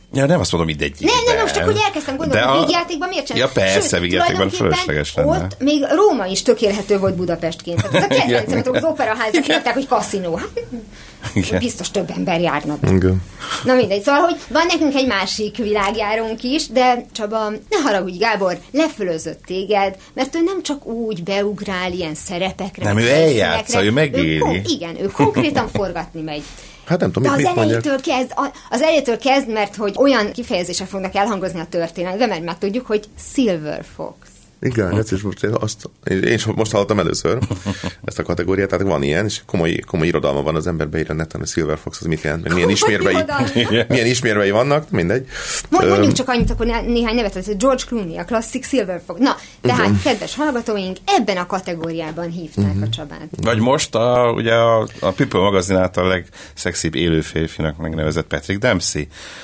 Ja, nem azt mondom mindegyikben. Nem, nem, most csak, hogy elkezdtem gondolni, hogy vígjátékban miért csinálni. Ja, persze, vígjátékban fölösleges lenne. Ott még Róma is tökélhető volt Budapestként. Tehát ez a kedvencem, az operaházak írták, hogy kaszinó. Hát, igen. Biztos több ember járna be. Igen. Na mindegy, szóval, hogy van nekünk egy másik világjárunk is, de Csaba, ne haragudj, Gábor, lefölözött téged, mert ő nem csak úgy beugrál ilyen szerepekre. Nem, ő eljátsza, ő megéli. Ő, igen, ő konkrétan forgatni megy. Hát nem tudom, de mit, az mit elejétől kezd, az elejétől kezd, mert hogy olyan kifejezések fognak elhangozni a történetben, mert már tudjuk, hogy Silver Fox. Igen, ez is most, azt, én is most hallottam először ezt a kategóriát, tehát van ilyen, és komoly, komoly irodalma van, az ember beírja neten, hogy Silver Fox az mit jelent, meg milyen ismérvei, milyen ismérvei vannak, mindegy. Mondjuk um, csak annyit, akkor néhány nevet, hogy George Clooney, a klasszik Silver Fox. Na, tehát, uh-huh. kedves hallgatóink, ebben a kategóriában hívták uh-huh. a Csabát. Vagy most a, ugye a, a People magazin által legszexibb élő férfinak megnevezett Patrick Dempsey.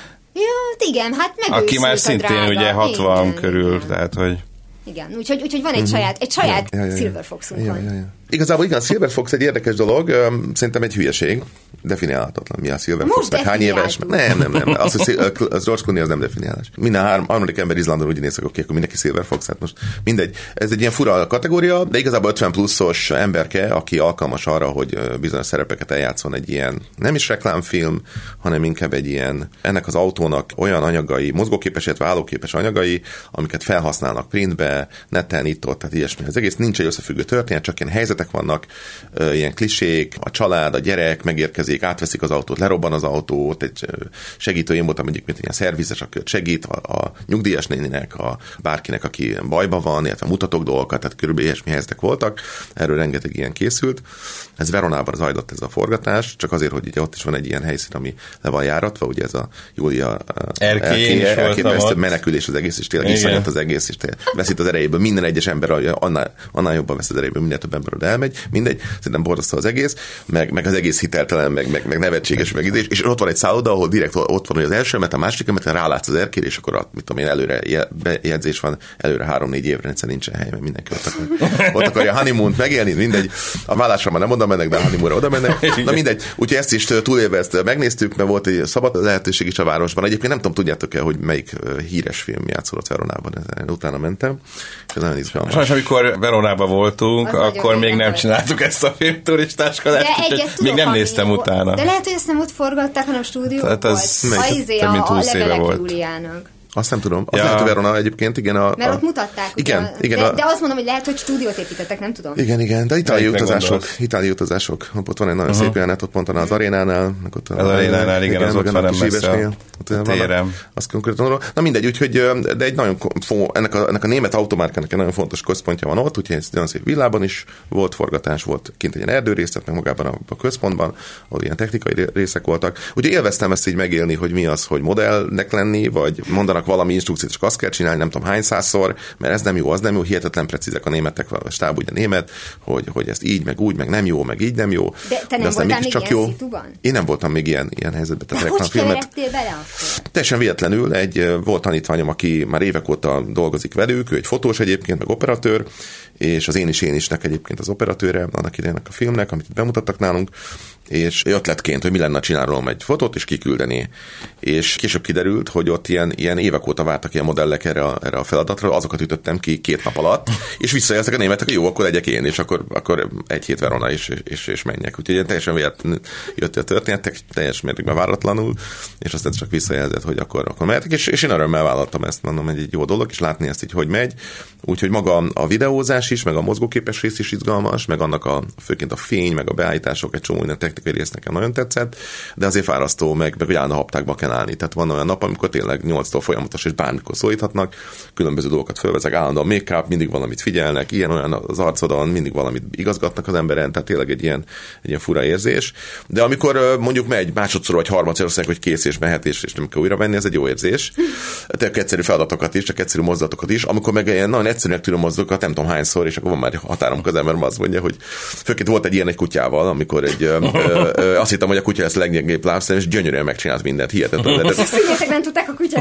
Ja, igen, hát megőszült aki már szintén ugye hatvan igen, körül, igen. Tehát, hogy... Igen, úgyhogy, úgyhogy van egy uh-huh. saját, egy saját ja, ja, ja, Silver Foxunk ja, van. Ja, ja. Igazából igen, a Silver Fox egy érdekes dolog, szerintem egy hülyeség, definiálhatatlan. Mi a Silver Fox, meg hány éves? Nem, nem, nem. Az, hogy az George Clooney az nem definiálás. Minden három, harmadik ember Izlandon úgy nézek, oké, akkor mindenki Silver Fox, hát most mindegy. Ez egy ilyen fura kategória, de igazából ötven pluszos emberke, aki alkalmas arra, hogy bizonyos szerepeket eljátszon egy ilyen, nem is reklámfilm, hanem inkább egy ilyen, ennek az autónak olyan anyagai, mozgóképes, illetve állóképes anyagai, amiket felhasználnak printbe, neten, itt ott, tehát ilyesmi. Az egész nincs egy összefüggő történet, csak ilyen helyzet vannak, ilyen klisék, a család, a gyerek megérkezik, átveszik az autót, lerobban az autót, egy segítő, én voltam egyik, mint ilyen szervizes, aki segít a, a nyugdíjas néninek, a bárkinek, aki bajban van, illetve mutatok dolgokat, tehát körülbelül ilyesmi helyzetek voltak, erről rengeteg ilyen készült. Ez Veronában zajlott ez a forgatás, csak azért, hogy ugye ott is van egy ilyen helyszín, ami le van járatva, ugye ez a Júlia erkély, elképesztő menekülés az egész, és tényleg iszonyat az egész, és veszít az erejéből, minden egyes ember, annál, annál jobban vesz az erejéből, minél több ember oda elmegy, mindegy, szerintem borzasztó az egész, meg, meg az egész hiteltelen, meg, meg, meg nevetséges, meg és, és ott van egy szálloda, ahol direkt ott van, hogy az első emet, a második emet, rálátsz az erkére, és akkor a, mit tudom én, előre bejegyzés van, előre három-négy évre, egyszer nincsen hely, mert mindenki ott akar, ott akarja a honeymoont megélni, mindegy, a vállásra már nem oda mennek, de a honeymoonra oda mennek, na mindegy, úgyhogy ezt is túlélve ezt megnéztük, mert volt egy szabad lehetőség is a városban. Egyébként nem tudom, tudjátok-e, hogy melyik híres film játszódott Veronában, ezen utána mentem. Sajnos, amikor Veronában voltunk, az akkor még nem csináltuk ezt a filmturistáskodást, még nem néztem volt. Utána. De lehet, hogy ezt nem ott forgatták, hanem a stúdióban volt. A izé a, a levelek Júliának. Azt nem tudom. Az ja. lehet, hogy Verona egyébként, igen. A, Mert ott mutatták. Igen, ugye, igen, de, a, de azt mondom, hogy lehet, hogy stúdiót építettek, nem tudom. Igen, igen, de itáliai utazások. Itáliai utazások. Ott van egy nagyon uh-huh. szép jelenet, ott pont az arénánál. Ott az arénánál, igen, igen, az ott van nem messze a térem. Azt konkrétan. Na mindegy, úgyhogy, de egy nagyon, ennek a, ennek a német automárkának egy nagyon fontos központja van ott, úgyhogy egy nagyon szép villában is volt forgatás, volt kint egy ilyen erdőrészlet, meg magában a, a központban, ahol ilyen technikai részek voltak. Úgyhogy élveztem ezt így megélni, hogy mi az, hogy modellnek lenni, vagy mondanak valami instrukciót, csak azt kell csinálni, nem tudom hány százszor, mert ez nem jó, az nem jó, hihetetlen precízek a németek, a stáb ugye német, hogy, hogy ezt így, meg úgy, meg nem jó, meg így nem jó. De te nem de voltál még csak ilyen jó. Szituban? Én nem voltam még ilyen, ilyen helyzetben. De hogy keveredtél bele akkor? Teljesen véletlenül egy volt tanítványom, aki már évek óta dolgozik velük, ő egy fotós egyébként, meg operatőr, és az Én is én isnek egyébként az operatőre annak idejének a filmnek, amit bemutattak nálunk, és ötletként, hogy mi lenne, csinálom egy fotót, és kiküldeni. És később kiderült, hogy ott ilyen, ilyen évek óta vártak ilyen modellek erre a, erre a feladatra, azokat ütöttem ki két nap alatt, és visszajelztek a németek, hogy jó, akkor legyek én, és akkor, akkor egy hét Verona, és, és, és menjek. Úgyhogy ilyen teljesen véletlenül jött a történetek, teljes mértékben váratlanul, és aztán csak visszajelzett, hogy akkor, akkor mehetek, és, és én örömmel vállaltam ezt, mondom, egy jó dolog, és látni ezt így, hogy megy. Úgyhogy maga a videózás is, meg a mozgóképes rész is izgalmas, meg annak a, főként a fény, meg a beállítások, egy csomó minden technikai rész nekem nagyon tetszett, de azért fárasztó, meg, meg hogy állna haptákba kell állni. Tehát van olyan nap, amikor tényleg nyolctól folyamatos, és bármikor szólíthatnak, különböző dolgokat fölvezek, állandóan make-up, mindig valamit figyelnek, ilyen olyan az arcodon, mindig valamit igazgatnak az emberen, tehát tényleg egy ilyen, egy ilyen fura érzés. De amikor mondjuk megy másodszor vagy harmadszor, azt mondják, hogy kész és mehet, és, és nem kell újra venni, ez egy jó érzés. Tehát egyszerű feladatokat is, csak egyszerű mozdulatokat is. Amikor meg ilyen nagyon egyszerűnek tűnő mozdulatokat, nem tudom hányszor, és akkor van már határom az ember, azt mondja, hogy főként volt egy ilyen egy kutyával, amikor egy ö, ö, azt hittem, hogy a kutya lesz a leggyengébb lábszem, és gyönyörűen megcsinált mindent, hihetetlen. Színészek nem tudták a kutyáit. Igen,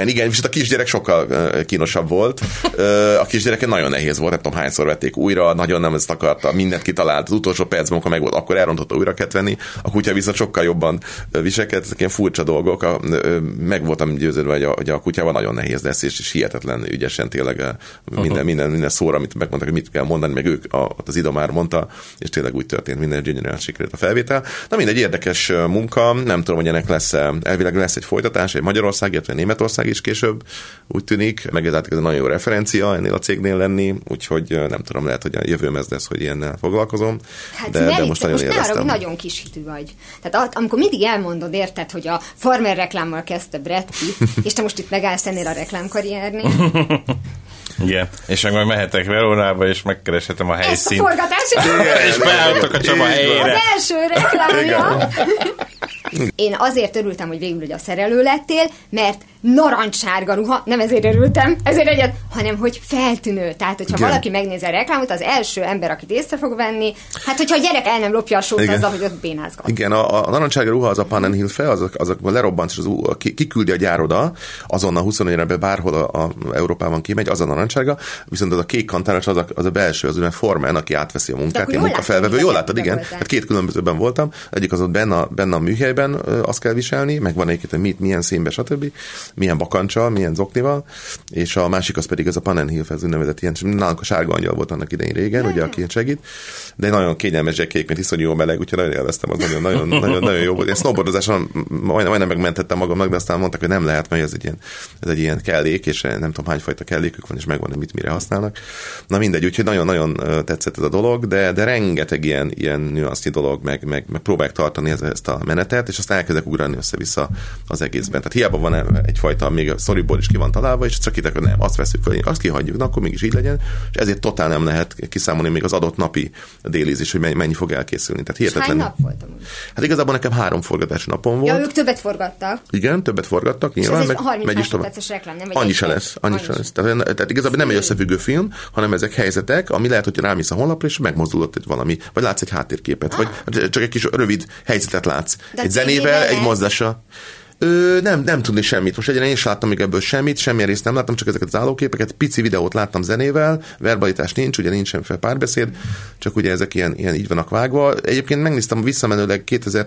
Igen, igen, és a kisgyerek sokkal uh, kínosabb volt. Uh, a kisgyereken nagyon nehéz volt, nem tudom hányszor vették újra, nagyon nem ezt akarta, mindent kitalált, az utolsó percben, amikor meg volt, akkor elrontotta, újra kellett venni. A kutya viszont sokkal jobban viselkedett, ezek ilyen furcsa dolgok. A, uh, meg voltam győződve, hogy a, hogy a kutyával nagyon nehéz lesz, és, és hihetetlen ügyesen tényleg uh, minden, minden, minden szóra, amit megmondtak, hogy mit kell mondani, meg ők, a, az Idomár mondta, és tényleg úgy történt, minden gyönyörűen sikerült a felvétel. Na mindegy, érdekes munka, nem tudom, hogy ennek lesz, elvileg lesz egy folytatás, egy Magyarország, illetve Németország is később, úgy tűnik, meg ez egy nagyon jó referencia ennél a cégnél lenni, úgyhogy nem tudom, lehet, hogy a jövőm ez lesz, hogy ilyennel foglalkozom, hát de, de most nagyon élveztem. Most nagyon kis hitű vagy. Tehát amikor mindig elmondod, érted, hogy a Farmer reklámmal kezdte Brad Pitt, és te most itt megállsz ennél a reklámkarriernél. Igen, és meg majd mehetek Verónába, és megkereshetem a helyszínt. Ezt a forgatást! És beálltok a Csaba helyére. Az első reklámja. Én azért örültem, hogy végül ugye a szerelő lettél, mert narancssárga ruha, nem ezért örültem, ezért egyet, hanem hogy feltűnő. Tehát, hogyha igen. valaki megnézi a reklámot, az első ember, akit észre fog venni, hát hogyha a gyerek el nem lopja a sót, igen. azzal, hogy ott bénázgat. Igen, a, a narancssárga ruha az a Pannenhilfe fe, az, az a lerobbant, és az, kiküldi a gyároda, azonnal huszonnégyre bárhol a, a Európában kimegy, az a narancssárga, viszont az a kék kantáros, az a, az a belső, az olyan formán, aki átveszi a munkát, a munkafelvevő. Jól láttad, igen. Hát két különbözőben voltam. Egyik az ott benne a, benne a műhelyben azt kell viselni, meg van egyébként, mit, milyen színbe, stb. Milyen bakancsal, milyen zoknival, és a másik az pedig ez a Pannenhilfe, ez úgynevezett ilyen, nálunk a sárga angyal volt annak idején régen, ja, ugye, aki segít, de nagyon kényelmes zsekék, mint iszonyú jó meleg, úgyhogy nagyon élveztem, az nagyon, nagyon, nagyon, nagyon jó volt. Én snowboardozáson majdnem, majdnem megmentettem magamnak, de aztán mondtak, hogy nem lehet, mert ez egy ilyen, ez egy ilyen kellék, és nem tudom hány fajta kellékük van, és megvan, hogy mit mire használnak. Na mindegy, úgyhogy nagyon-nagyon tetszett ez a dolog, de, de rengeteg ilyen, ilyen nüansznyi dolog, meg, meg, meg próbálják tartani ezt a menetet, és aztán elkezdek ugrani össze-vissza az egészben. Tehát hiába van egyfajta, még a storyboard is ki van találva, és csak itt nem, azt veszük fel, azt kihagyjuk, na akkor mégis így legyen, és ezért totál nem lehet kiszámolni még az adott napi délizés, hogy mennyi fog elkészülni. Tehát hihetetlen. Hány nap volt amúgy? Hát igazából nekem három forgatási napon volt. Ja, ők többet forgattak. Igen, többet forgattak, nyilván, és ez meg megy is tovább. Reklám, nem? Annyi se lesz, annyi se lesz. Tehát, tehát igazából nem egy összefüggő film, hanem ezek helyzetek, ami lehet, hogy rámész a honlapra, és megmozdulott egy valami, vagy látsz egy háttérképet, ah. vagy csak egy kis rövid helyzetet látsz. De egy zenével, egy mozdással. Ö, nem, nem tudni semmit. Most egyre én is láttam még ebből semmit, semmilyen részt nem láttam, csak ezeket az állóképeket, pici videót láttam zenével, verbalitás nincs, ugye nincs semmiféle párbeszéd, csak ugye ezek ilyen, ilyen így vannak vágva. Egyébként megnéztem visszamenőleg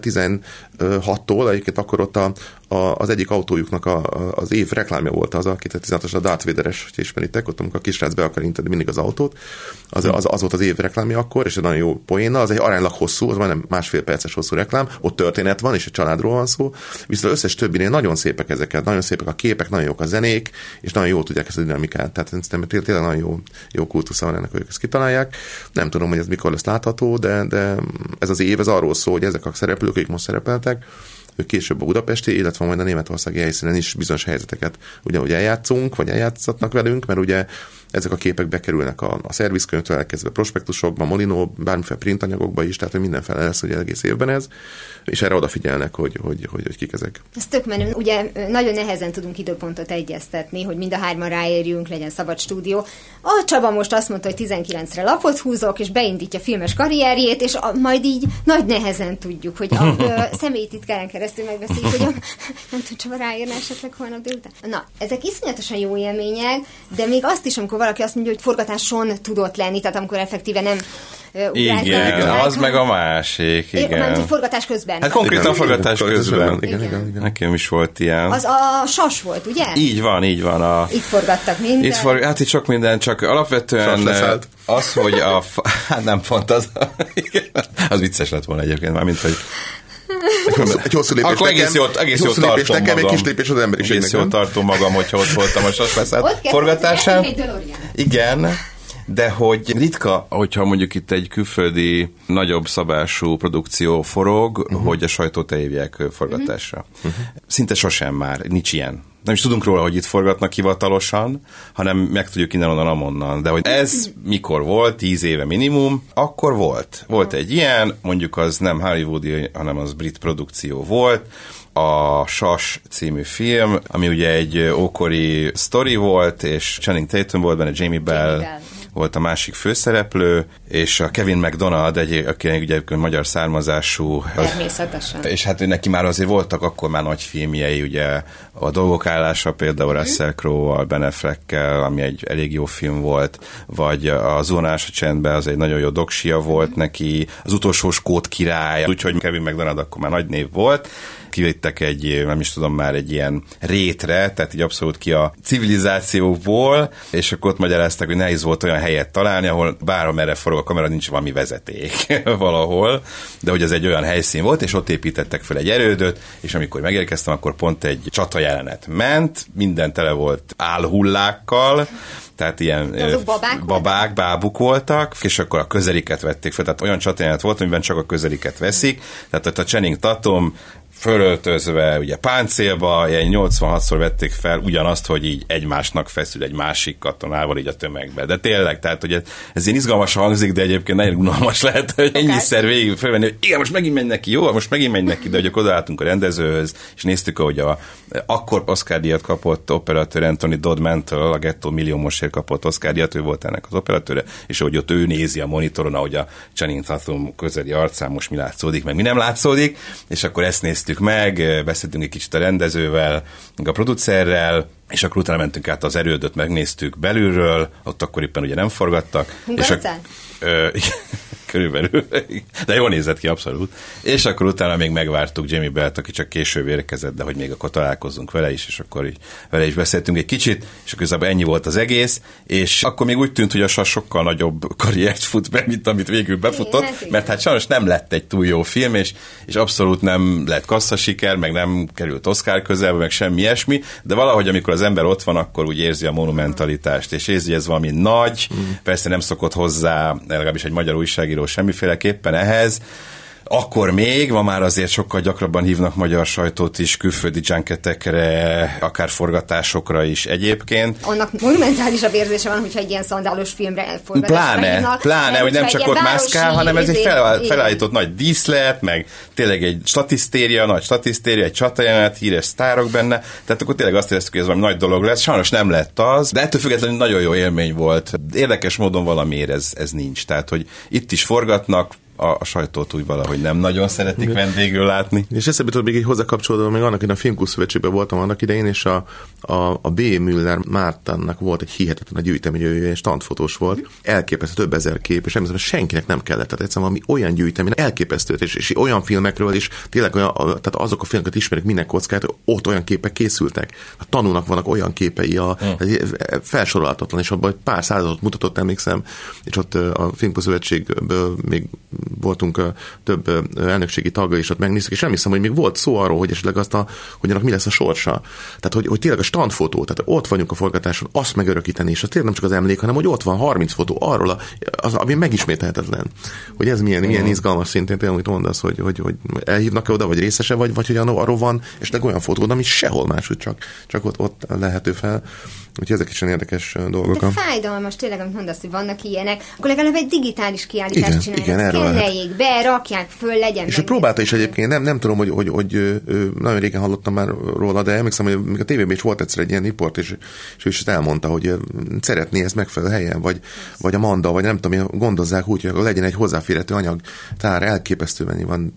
kétezer-tizenhattól, egyébként akkor ott a, a, az egyik autójuknak a, a, az év reklámja volt az a kétezer-tizenhatos, a Darth Vader-es, hogy ismeritek, ott amikor a kisrác be akar inteni mindig az autót, az, az, az volt az év reklámja akkor, és egy nagyon jó poéna, az egy aránylag hosszú, az majdnem másfél perces hosszú reklám, ott történet van, és egy családról van szó, viszont összes többinél nagyon szépek ezeket, nagyon szépek a képek, nagyon jók a zenék, és nagyon jól tudják ezt a dinamikát. Tehát tényleg nagyon jó, jó kultusza van ennek, hogy ők ezt kitalálják. Nem tudom, hogy ez mikor lesz látható, de, de ez az év, ez arról szól, hogy ezek a szereplők, akik most szerepeltek, ők később a budapesti, illetve majd a németországi helyszínen is bizonyos helyzeteket ugyanúgy eljátszunk, vagy eljátszatnak velünk, mert ugye ezek a képek bekerülnek a, a szervizkönyvtől elkezdve prospektusokba, Molinó, bármiféle printanyagokba is, tehát hogy mindenféle lesz ugye egész évben ez, és erre odafigyelnek, hogy, hogy, hogy, hogy kik ezek. Ez tök menő. Ugye nagyon nehezen tudunk időpontot egyeztetni, hogy mind a hárman ráérjünk, legyen szabad stúdió. A Csaba most azt mondta, hogy tizenkilencre lapot húzok, és beindítja filmes karrierjét, és a, majd így nagy nehezen tudjuk, hogy a, a személyi titkárán keresztül megbeszéljük, hogy a, nem tudom, Csaba ráérne esetleg holnap délután. Na, ezek iszonyatosan jó élmények, de még azt is, amikor valaki azt mondja, hogy forgatáson tudott lenni, tehát amikor effektíve nem uh, igen, igen, az meg a másik, igen. Mert forgatás közben. Hát konkrétan igen, forgatás igen, közben. közben. Igen, igen, igen. Nekem is volt ilyen. Az a sas volt, ugye? Így van, így van. A... Itt forgattak minden. Itt for... Hát itt sok minden, csak alapvetően az, hogy a... Hát nem pont az. Az vicces lett volna egyébként, mármint, hogy egy hosszú lépés akkor nekem, egész jól, egész jól tartom nekem, magam. Egy kis lépés az emberiségnek. Egész jól tartom magam, hogyha ott voltam a sasfeszát forgatásán. Igen, de hogy ritka, hogyha mondjuk itt egy külföldi, nagyobb szabású produkció forog, uh-huh. hogy a sajtót elhívják forgatásra. Uh-huh. Szinte sosem már, nincs ilyen. Nem is tudunk róla, hogy itt forgatnak hivatalosan, hanem meg tudjuk innen onnan amonnan. De hogy ez mikor volt, tíz éve minimum, akkor volt. Volt egy ilyen, mondjuk az nem hollywoodi, hanem az brit produkció volt, a Sas című film, ami ugye egy ókori sztori volt, és Channing Tatum volt benne, Jamie Bell, Jamie Bell. volt a másik főszereplő, és a Kevin McDonald, egy, aki ugye magyar származású. Természetesen. És hát neki már azért voltak akkor már nagy filmjei, ugye a Dolgok állása például Russell Crowe-val, Ben Affleckkel, ami egy elég jó film volt, vagy a Zónás a csendben, az egy nagyon jó doksia volt neki, az utolsó skót király, úgyhogy Kevin McDonald akkor már nagy név volt. Kivittek egy, nem is tudom már, egy ilyen rétre, tehát így abszolút ki a civilizációból, és akkor ott magyarázták, hogy nehéz volt olyan helyet találni, ahol bármerre forog a kamera, nincs valami vezeték valahol, de hogy ez egy olyan helyszín volt, és ott építettek fel egy erődöt, és amikor megérkeztem, akkor pont egy csatajelenet ment, minden tele volt álhullákkal, tehát ilyen babák, babák, bábuk voltak, és akkor a közeliket vették fel, tehát olyan csatajelenet volt, amiben csak a közeliket veszik, tehát ott a Channing Tatum fölöltözve, ugye páncélba, ilyen nyolcvanhatszor vették fel ugyanazt, hogy így egymásnak feszül egy másik katonával így a tömegbe. De tényleg, tehát, hogy ez, ez ilyen izgalmas hangzik, de egyébként nagyon unalmas lehet, hogy ennyiszer végig fölvenni, hogy igen, most megint megy neki, jó, most megint megy neki, de hogy akkor odaálltunk a rendezőhöz, és néztük, hogy a akkor Oscar-díjat kapott operatőr Anthony Dodd Mantle, a Gettó milliómosért kapott Oscar-díjat, ő volt ennek az operatőre, és ahogy ott ő nézi a monitoron, ahogy a Channing Tatum közeli arcán most mi látszódik, meg mi nem látszódik, és akkor ezt néztük meg, beszéltünk egy kicsit a rendezővel, a producerrel, és akkor utána mentünk át az erődöt, megnéztük belülről, ott akkor éppen ugye nem forgattak. És a, ö, körülbelül, de jól nézett ki abszolút. És akkor utána még megvártuk Jamie Bellt, aki csak később érkezett, de hogy még akkor találkozzunk vele is, és akkor így vele is beszéltünk egy kicsit, és akkor igazából ennyi volt az egész, és akkor még úgy tűnt, hogy a Sas sokkal nagyobb karriert fut be, mint amit végül befutott, mert hát sajnos nem lett egy túl jó film, és, és abszolút nem lett kasszasiker, meg nem került Oscar közelbe, meg semmi ilyesmi, de valahogy amikor az ember ott van, akkor úgy érzi a monumentalitást, és érzi, hogy ez valami nagy, mm. persze nem szokott hozzá, legalábbis egy magyar újságíró semmiféleképpen ehhez. Akkor még, ma már azért sokkal gyakrabban hívnak magyar sajtót is, külföldi junketekre, akár forgatásokra is egyébként. Annak monumentálisabb érzése van, hogyha egy ilyen szandálos filmre forgatásra Pláne, hívnak, pláne, hogy nem csak ott mászkál, hanem ez egy fel, felállított nagy díszlet, meg tényleg egy statisztéria, nagy statisztéria, egy csatajelenet, híres sztárok benne, tehát akkor tényleg azt éreztük, hogy ez valami nagy dolog lesz. Sajnos nem lett az, de ettől függetlenül nagyon jó élmény volt. Érdekes módon valamiért ez, ez nincs. Tehát, hogy itt is forgatnak, a, a sajtót úgy valahogy nem nagyon szeretik vendégül látni. És eszembe tudod még egy hozzákapcsolódva, még annak, én a Filmklub-szövetségben voltam annak idején, és a, a, a B. Müller Mártonnak volt egy hihetetlen a gyűjtemény, ő egy standfotós volt, elképesztő több ezer kép, és emlékszem, senkinek nem kellett, tehát egyszerűen valami olyan gyűjtemény, elképesztő, és, és olyan filmekről is, tényleg olyan, tehát azok a filmeket ismerik minden kockát, hogy ott olyan képek készültek. A Tanúnak vannak olyan képei, a, hmm. felsorolhatatlan, és abban pár százatot mutatott, emlékszem, és ott a Filmklub-szövetségből még voltunk a több elnökségi tagja, és ott megnéztük, és nem hiszem, hogy még volt szó arról, hogy esetleg azt a, hogy annak mi lesz a sorsa. Tehát, hogy, hogy tényleg a standfotó, tehát ott vagyunk a forgatáson, azt megörökíteni, és az tényleg nem csak az emlék, hanem hogy ott van harminc fotó arról, a, az, ami megismételhetetlen. Hogy ez milyen, milyen izgalmas szintén, tényleg, amit mondasz, hogy, hogy, hogy elhívnak-e oda, vagy részese vagy, vagy hogy arról van esetleg olyan fotód, ami sehol máshogy csak, csak ott, ott lehető fel. Úgyhogy ezek is érdekes dolgok. De fájdalmas tényleg, amit mondasz, hogy vannak ilyenek, akkor legalább egy digitális kiállítást csinálják. Igen, kenneljék be, rakják föl, legyen. És ő próbálta is egyébként, nem, nem tudom, hogy, hogy, hogy nagyon régen hallottam már róla, de emlékszem, hogy még a tévében is volt egyszer egy ilyen riport, és, és ő is elmondta, hogy szeretné ezt megfelelő helyen, vagy, vagy a Manda, vagy nem tudom, gondozzák úgy, hogy legyen egy hozzáférhető anyag, tár elképesztő mennyi van,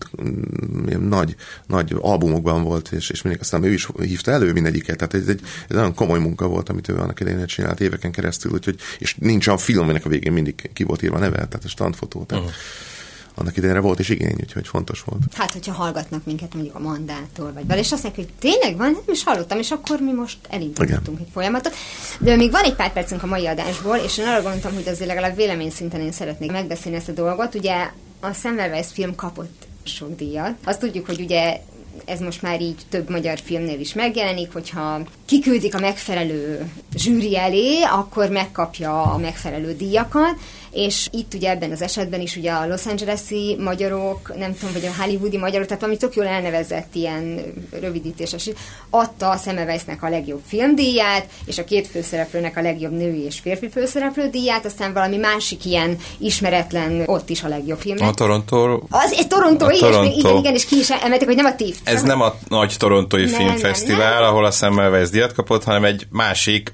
nagy, nagy albumokban volt, és, és mindig aztán ő is hívta elő mindegyiket, tehát ez egy, egy nagyon komoly munka volt, amit ő annak idején csinált éveken keresztül, úgyhogy, és nincs olyan film, aminek a végén mindig ki volt írva a neve, tehát a standfotó, tehát uh-huh. annak idejére volt is igény, úgyhogy fontos volt. Hát, hogyha hallgatnak minket mondjuk a Mandától, vagy vel, és azt mondják, hogy tényleg van, nem is hallottam, és akkor mi most elindítottunk egy folyamatot. De még van egy pár percünk a mai adásból, és én arra gondoltam, hogy azért legalább vélemény szinten én szeretnék megbeszélni ezt a dolgot. Ugye a Semmelweis film kapott sok díjat. Azt tudjuk, hogy ugye ez most már így több magyar filmnél is megjelenik, hogyha kiküldik a megfelelő zsűri elé, akkor megkapja a megfelelő díjakat, és itt ugye ebben az esetben is ugye a Los Angeles-i magyarok, nem tudom, vagy a hollywoodi magyarok, tehát valami tök jól elnevezett ilyen rövidítéses, adta a Semmelweisnek a legjobb filmdíját, és a két főszereplőnek a legjobb női és férfi főszereplő díját, aztán valami másik ilyen ismeretlen, ott is a legjobb filmnek. A Toronto... Az egy torontói, Toronto. és még, igen, igen, és ki is emeltek, hogy nem a TIFF. Ez nem a nagy torontói nem, filmfesztivál, nem, nem. ahol a Semmelweis díjat kapott, hanem egy másik,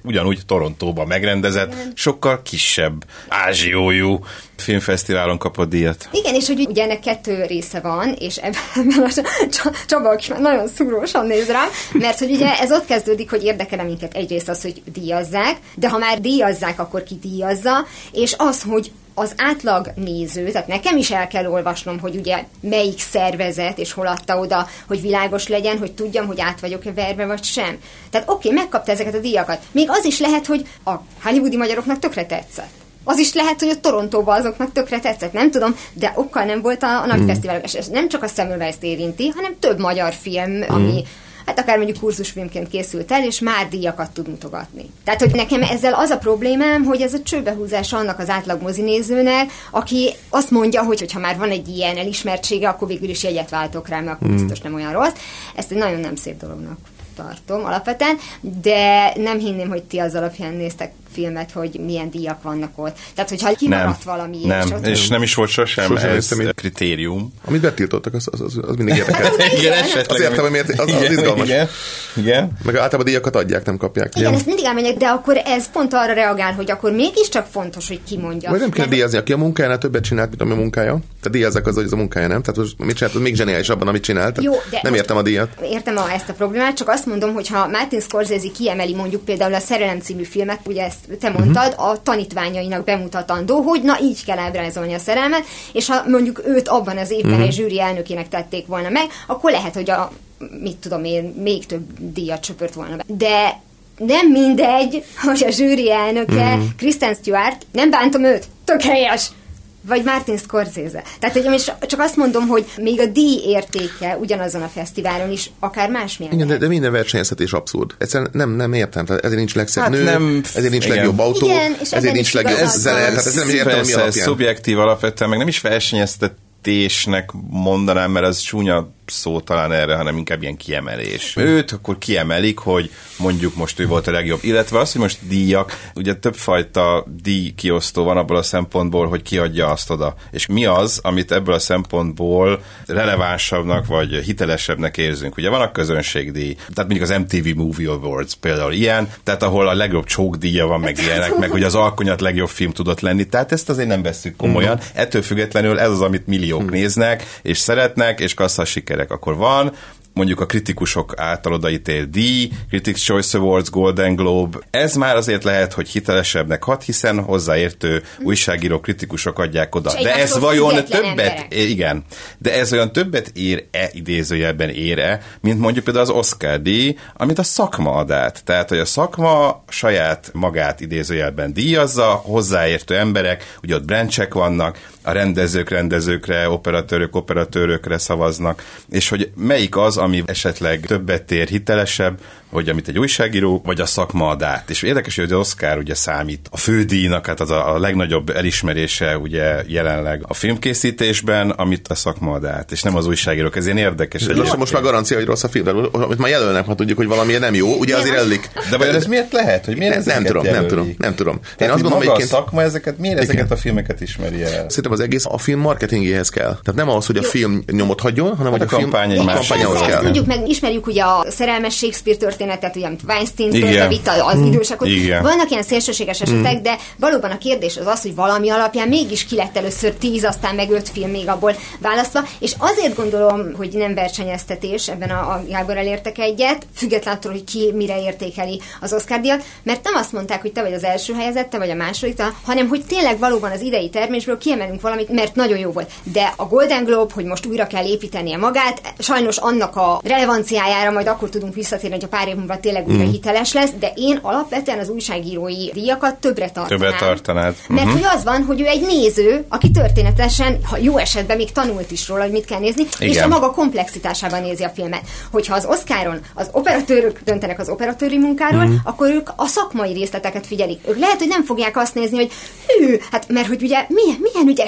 ugyanúgy Torontóban megrendezett, igen. sokkal kisebb ázsiójú filmfesztiválon kapott díjat. Igen, és hogy ugye ennek kettő része van, és ebben a Csaba, aki már nagyon szúrósan néz rám, mert hogy ugye ez ott kezdődik, hogy érdekel minket egyrészt az, hogy díjazzák, de ha már díjazzák, akkor ki díjazza, és az, hogy az átlag néző, tehát nekem is el kell olvasnom, hogy ugye melyik szervezet, és hol adta oda, hogy világos legyen, hogy tudjam, hogy át vagyok-e verve, vagy sem. Tehát oké, okay, megkapta ezeket a díjakat. Még az is lehet, hogy a hollywoodi magyaroknak tökre tetszett. Az is lehet, hogy a Torontóban azoknak tökre tetszett, nem tudom, de okkal nem volt a, a nagy mm. fesztiválok. És ez nem csak a Semmelweis-t érinti, hanem több magyar film, mm. ami hát akár mondjuk kurzusfilmként készült el, és már díjakat tud mutogatni. Tehát, hogy nekem ezzel az a problémám, hogy ez a csőbehúzása annak az átlag mozinézőnek, aki azt mondja, hogy ha már van egy ilyen elismertsége, akkor végül is jegyet váltok rá, mert akkor mm. biztos nem olyan rossz. Ezt egy nagyon nem szép dolognak tartom alapvetően, de nem hinném, hogy ti az alapján néztek filmet, hogy milyen díjak vannak ott. Tehát, hogyha kimaradt valami. Nem, és, ott és nem is volt sosem, sosem ez a kritérium. Amit betiltottak, az, az, az, az mindig érdekelt. Igen, esetleg. Az értem, hogy miért, az, az izgalmas. Igen, igen. Meg általában díjakat adják, nem kapják. Igen, ezt mindig elmegyek, de akkor ez pont arra reagál, hogy akkor mégiscsak fontos, hogy ki mondja. Vagy nem kell díjazni, aki a munkájánál többet csinált, mint ami a munkája. Tehát díjazzák az, hogy ez a munkája, nem? Tehát most mit csinált, az még zseniális abban, amit csinált. Jó, de nem értem a díjat. Értem a, ezt a problémát, csak azt mondom, hogy ha Martin Scorsese kiemeli mondjuk például a Szerelem című filmet, ugye ezt te mondtad, uh-huh. a tanítványainak bemutatandó, hogy na így kell ábrázolni a szerelmet, és ha mondjuk őt abban az évben uh-huh. egy zsűri elnökének tették volna meg, akkor lehet, hogy a, mit tudom én, még több díjat csöpört volna be. De nem mindegy, hogy a zsűri elnöke uh-huh. Kristen Stewart, nem bántom őt, tök helyes, vagy Martin Scorsese. Tehát, hogy most csak azt mondom, hogy még a díj értéke ugyanazon a fesztiválon is akár másmilyen. Igen, de, de minden versenyeztetés abszurd. Egyszerűen nem, nem értem. Tehát ezért nincs legszebb hát nő, nem, ezért nincs igen. legjobb autó, igen, ezért nincs legjobb zene. Tehát ez nem értem, persze, mi alapján. Szubjektív alapvetően, meg nem is versenyeztetésnek mondanám, mert az csúnya szó talán erre, hanem inkább ilyen kiemelés. Őt akkor kiemelik, hogy mondjuk most ő volt a legjobb. Illetve az, hogy most díjak, ugye többfajta díj kiosztó van abból a szempontból, hogy kiadja azt oda. És mi az, amit ebből a szempontból relevánsabbnak vagy hitelesebbnek érzünk. Ugye van a közönségdíj, tehát mondjuk az em té vé Movie Awards például ilyen, tehát ahol a legjobb csókdíja van, meg ilyenek, meg hogy az alkonyat legjobb film tudott lenni. Tehát ezt azért nem vesszük komolyan. Mm. Ettől függetlenül ez az, amit milliók mm. néznek, és szeretnek, és kasszas siker. Akkor van, mondjuk a kritikusok által odaítélt díj, Critics' Choice Awards, Golden Globe. Ez már azért lehet, hogy hitelesebbnek hat, hiszen hozzáértő újságíró kritikusok adják oda. De ez vajon többet, emberek. igen, de ez olyan többet ér-e, idézőjelben ér-e, mint mondjuk például az Oscar díj, amit a szakma ad át. Tehát, hogy a szakma saját magát idézőjelben díjazza, hozzáértő emberek, ugye ott branchek vannak, a rendezők rendezőkre, operatőrök operatőrökre szavaznak, és hogy melyik az, ami esetleg többet ér, hitelesebb, hogy amit egy újságíró, vagy a szakma ad át. És érdekes, hogy az Oscar ugye számít a fődíjnak, hát az a, a legnagyobb elismerése ugye jelenleg a filmkészítésben, amit a szakma ad át, és nem az újságírók. Ez ilyen érdekes. De most, most már garancia, hogy rossz a film, amit már jelölnek, ha tudjuk, hogy valami nem jó, ugye azért ellik. De vagy ez miért lehet? Hogy miért nem, nem tudom, nem tudom, nem tudom. Én azt gondolom, hogy a szakma ezeket, miért igen. ezeket a filmeket ismeri el? Szerintem az egész a film marketingéhez kell. Tehát nem ahhoz, hogy a film nyomot hagyjon, hanem hogy a, a film kampányhoz kell. Tudjuk meg, ismerjük ugye a szerelmes Shakespeare történetet, ugye, amit Weinstein-től vitta az idősakot. Igen. Vannak ilyen szélsőséges esetek, mm. de valóban a kérdés az az, hogy valami alapján mégis ki lett először tíz, aztán meg öt film még abból választva, és azért gondolom, hogy nem versenyeztetés, ebben a, a Gábor elértek egyet, függetlenül attól, hogy ki mire értékeli az Oscar-díjat, mert nem azt mondták, hogy te vagy az első helyezett, te vagy a második, hanem hogy tényleg valóban az idei termésből kiemelünk valamit, mert nagyon jó volt. De a Golden Globe, hogy most újra kell építenie magát, sajnos annak a relevanciájára majd akkor tudunk visszatérni, hogy a pár év múlva tényleg újra mm. hiteles lesz, de én alapvetően az újságírói díjakat többre tartanám. Többet tartanád. Mert uh-huh. hogy az van, hogy ő egy néző, aki történetesen, ha jó esetben még tanult is róla, hogy mit kell nézni, igen. és a maga komplexitásában nézi a filmet. Hogyha az Oscaron az operatőrök döntenek az operatőri munkáról, mm. akkor ők a szakmai részleteket figyelik. Ők lehet, hogy nem fogják azt nézni, hogy hű, hát mert hogy ugye milyen, milyen ügyes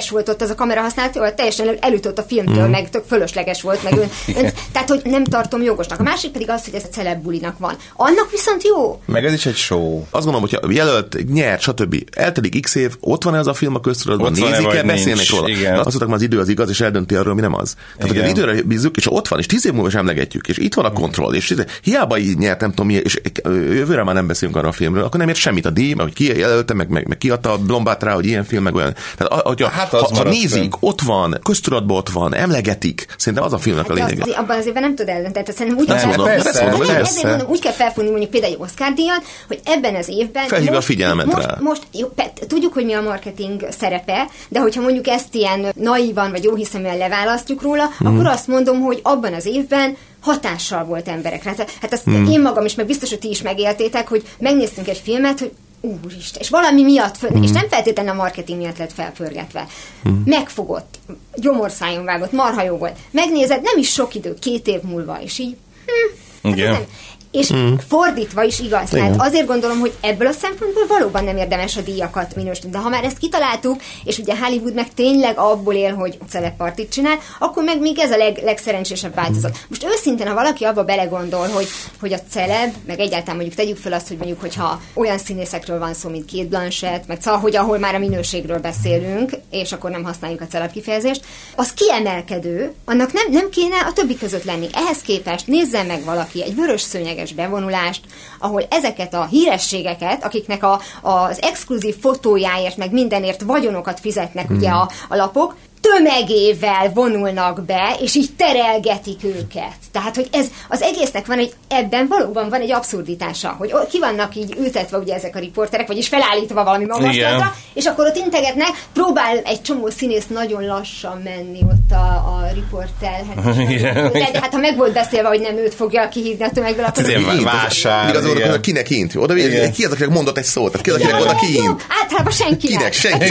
üres volt ott az a kamera használat, teljesen elütött a filmtől, mm. meg tök fölösleges volt, meg ön, ön, tehát, hogy nem tartom jogosnak. A másik pedig az, hogy ez a celeb bulinak van. Annak viszont jó. Meg ez is egy show. Azt gondolom, hogyha jelölt, nyert, stb. Eltelik x év, ott van ez a film a köztudatban, nézik-e, beszélnek róla. Azt mondták, az idő az igaz, és eldönti arról, mi nem az. Tehát, hogy az időre bízzuk, és ott van, és tíz év múlva sem emlegetjük, és itt van a kontroll, és hiába így nyert, nem tudom mi, és jövőre már nem beszélünk arra a filmről, akkor nem ért semmit a díj, mert hogy ki jelölte, meg, meg, meg kiadta a lombát rá, hogy ilyen film, meg olyan. Tehát, hogyha, hát ha, ha nézik, ott van, köztudatban ott van, emlegetik, szerintem az a filmnek hát a lényege. Az, abban az évben nem tud eldönteni, tehát szerintem úgy, nem, mondom, persze, mondom, persze. Mondom, úgy kell felfogni mondjuk például egy Oscar díjat, hogy ebben az évben felhívja a figyelmet most, rá. Most, jó, tudjuk, hogy mi a marketing szerepe, de hogyha mondjuk ezt ilyen naívan vagy jóhiszeműen leválasztjuk róla, mm. akkor azt mondom, hogy abban az évben hatással volt emberekre. Hát, hát azt mm. én magam is, meg biztos, hogy ti is megéltétek, hogy megnéztünk egy filmet, hogy úristen, és valami miatt, föl, mm. és nem feltétlenül a marketing miatt lett felpörgetve. Mm. Megfogott, gyomorszájon vágott, marha jó volt. Megnézed, nem is sok idő, két év múlva, és így hm, igen. És mm. fordítva is igaz. Tehát azért gondolom, hogy ebből a szempontból valóban nem érdemes a díjakat minősíteni. De ha már ezt kitaláltuk, és ugye Hollywood meg tényleg abból él, hogy celebpartit csinál, akkor meg még ez a leg, legszerencsésebb változat. Most őszintén, ha valaki abba belegondol, hogy, hogy a celeb, meg egyáltalán mondjuk tegyük fel azt, hogy mondjuk, hogyha olyan színészekről van szó, mint Kate Blanchett, meg szóval, hogy ahol már a minőségről beszélünk, és akkor nem használjuk a celeb kifejezést, az kiemelkedő, annak nem, nem kéne a többi között lenni. Ehhez képest nézzen meg valaki egy vörös szőnyeges bevonulást, ahol ezeket a hírességeket, akiknek a, az exkluzív fotójáért, meg mindenért vagyonokat fizetnek mm. ugye a, a lapok, tömegével vonulnak be, és így terelgetik őket. Tehát, hogy ez az egésznek van egy, ebben valóban van egy abszurditása, hogy ki vannak így ültetve ugye ezek a riporterek, vagyis felállítva valami magaslatra, és akkor ott integetnek, próbál egy csomó színész nagyon lassan menni ott a, a riporter. Hát, de, de hát ha meg volt beszélve, hogy nem őt fogja kihívni a tömegből, akkor... Ez vásár. Igazolnak, hogy kinek int. Oda ki az, akinek mondott egy szót? Tehát ki az, akinek oda kiint? Általában senki. Kinek? Senki.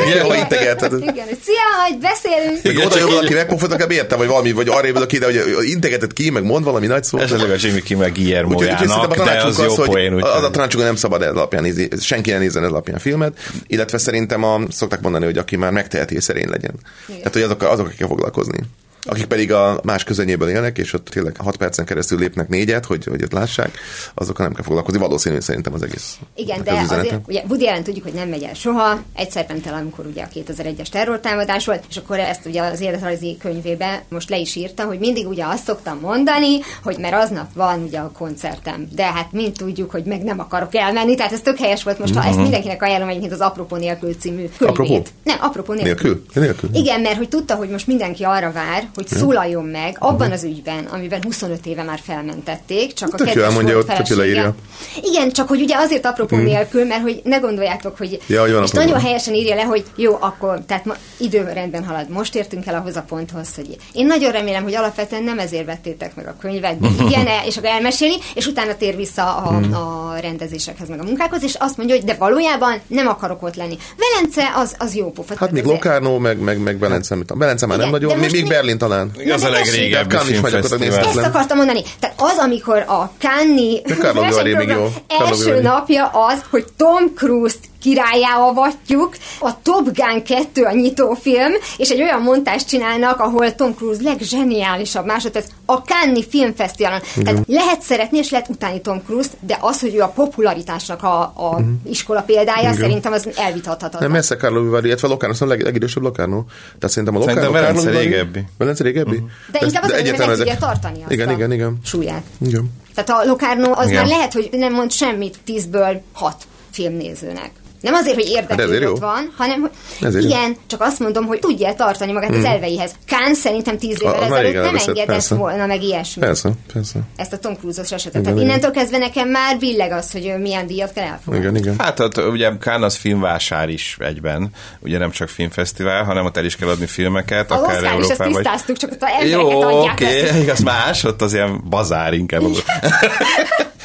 Igen, szia, hogy beszél. Meg oda jön valaki, megpofognak, ebbe értem, vagy valami, vagy arra jövök ki, de hogy integetett ki, meg mond valami nagy szót. Ez a Jimmy ki, meg Guillermo-jának, de az jó poén. Az a tanácsunk, nem szabad ez alapján nézni, senki ne nézzen ez alapján filmet, illetve szerintem a, szokták mondani, hogy aki már megteheti, szerény legyen. Tehát, hogy azok, azok kell foglalkozni. Akik pedig a más közönyéből élnek, és ott tényleg hat percen keresztül lépnek négyet, hogy, hogy ott lássák, azokkal nem kell foglalkozni. Valószínű szerintem az egész. Igen, de azért, ugye Woody Allen tudjuk, hogy nem megy el soha. Egyszer ment el, amikor ugye a kétezer-egyes terrortámadás volt, és akkor ezt ugye az életrajzi könyvébe most le is írta, hogy mindig ugye azt szoktam mondani, hogy mert aznap van ugye a koncertem. De hát mind tudjuk, hogy meg nem akarok elmenni, tehát ez tök helyes volt most, ha ezt mindenkinek ajánlom egyébként az Apropó nélkül című könyvét. Apropó? Nem, Apropó nélkül. Nélkül? Nélkül. Igen, mert hogy tudta, hogy most mindenki arra vár, hogy szólaljon meg abban az ügyben, amiben huszonöt éve már felmentették, csak tök a kedves volt felesége. Igen, csak hogy ugye azért apropó hmm. nélkül, mert hogy ne gondoljátok, hogy ja, jó, és nagyon helyesen írja le, hogy jó, akkor, tehát ma időrendben halad. Most értünk el ahhoz a ponthoz, hogy én nagyon remélem, hogy alapvetően nem ezért vettétek meg a könyvet, de igen, és akkor elmeséli, és utána tér vissza a, hmm. a rendezésekhez, meg a munkákhoz, és azt mondja, hogy de valójában nem akarok ott lenni. Velence az, az jó pofa. Hát még Locarno, meg, meg, meg Velence, Velence már igen, nem nagyon, még, még Berlin talán. Az a legrégebbi filmfesztivál. Ezt akartam mondani. Tehát az, amikor a Cannes versenyprogram első napja az, hogy Tom Cruise-t királyá avatjuk, a Top Gun kettő a nyitófilm, és egy olyan montást csinálnak, ahol Tom Cruise legzseniálisabb másodperc a Cannes filmfesztiválon. Mm. Tehát lehet szeretni, és lehet utálni Tom Cruise-t, de az, hogy ő a popularitásnak a, a mm. iskola példája, igen. Szerintem az elvitathatatlan. Nem, messze Carlo Vivari, illetve Locarno, szóval leg, legidősebb Locarno. Tehát szerintem a Locarno... Szerintem Velence régebbi. Velence régebbi? Mm. De, de inkább azért, hogy meg tudja tartani azt igen, a igen, igen. súlyát. Igen. Tehát a Locarno az igen. Már lehet, hogy nem mond semmit tízből hat filmnézőnek. Nem azért, hogy érdeklődött ott van, hanem hogy igen, jó. Csak azt mondom, hogy tudja tartani magát mm. az elveihez. Cannes szerintem tíz évvel ezelőtt nem engedett persze. volna meg ilyesmi. Persze, persze. Ezt a Tom Cruise-os esetet. Tehát innentől kezdve nekem már billeg az, hogy milyen díjat kell elfogadni. Igen, igen. Hát ott, ugye Cannes az filmvásár is egyben. Ugye nem csak filmfesztivál, hanem ott el is kell adni filmeket. A akár Európában. Azt tisztáztuk, vagy... csak ott a embereket jó, adják. Jó, oké, igaz más, ott az ilyen bazár inkább.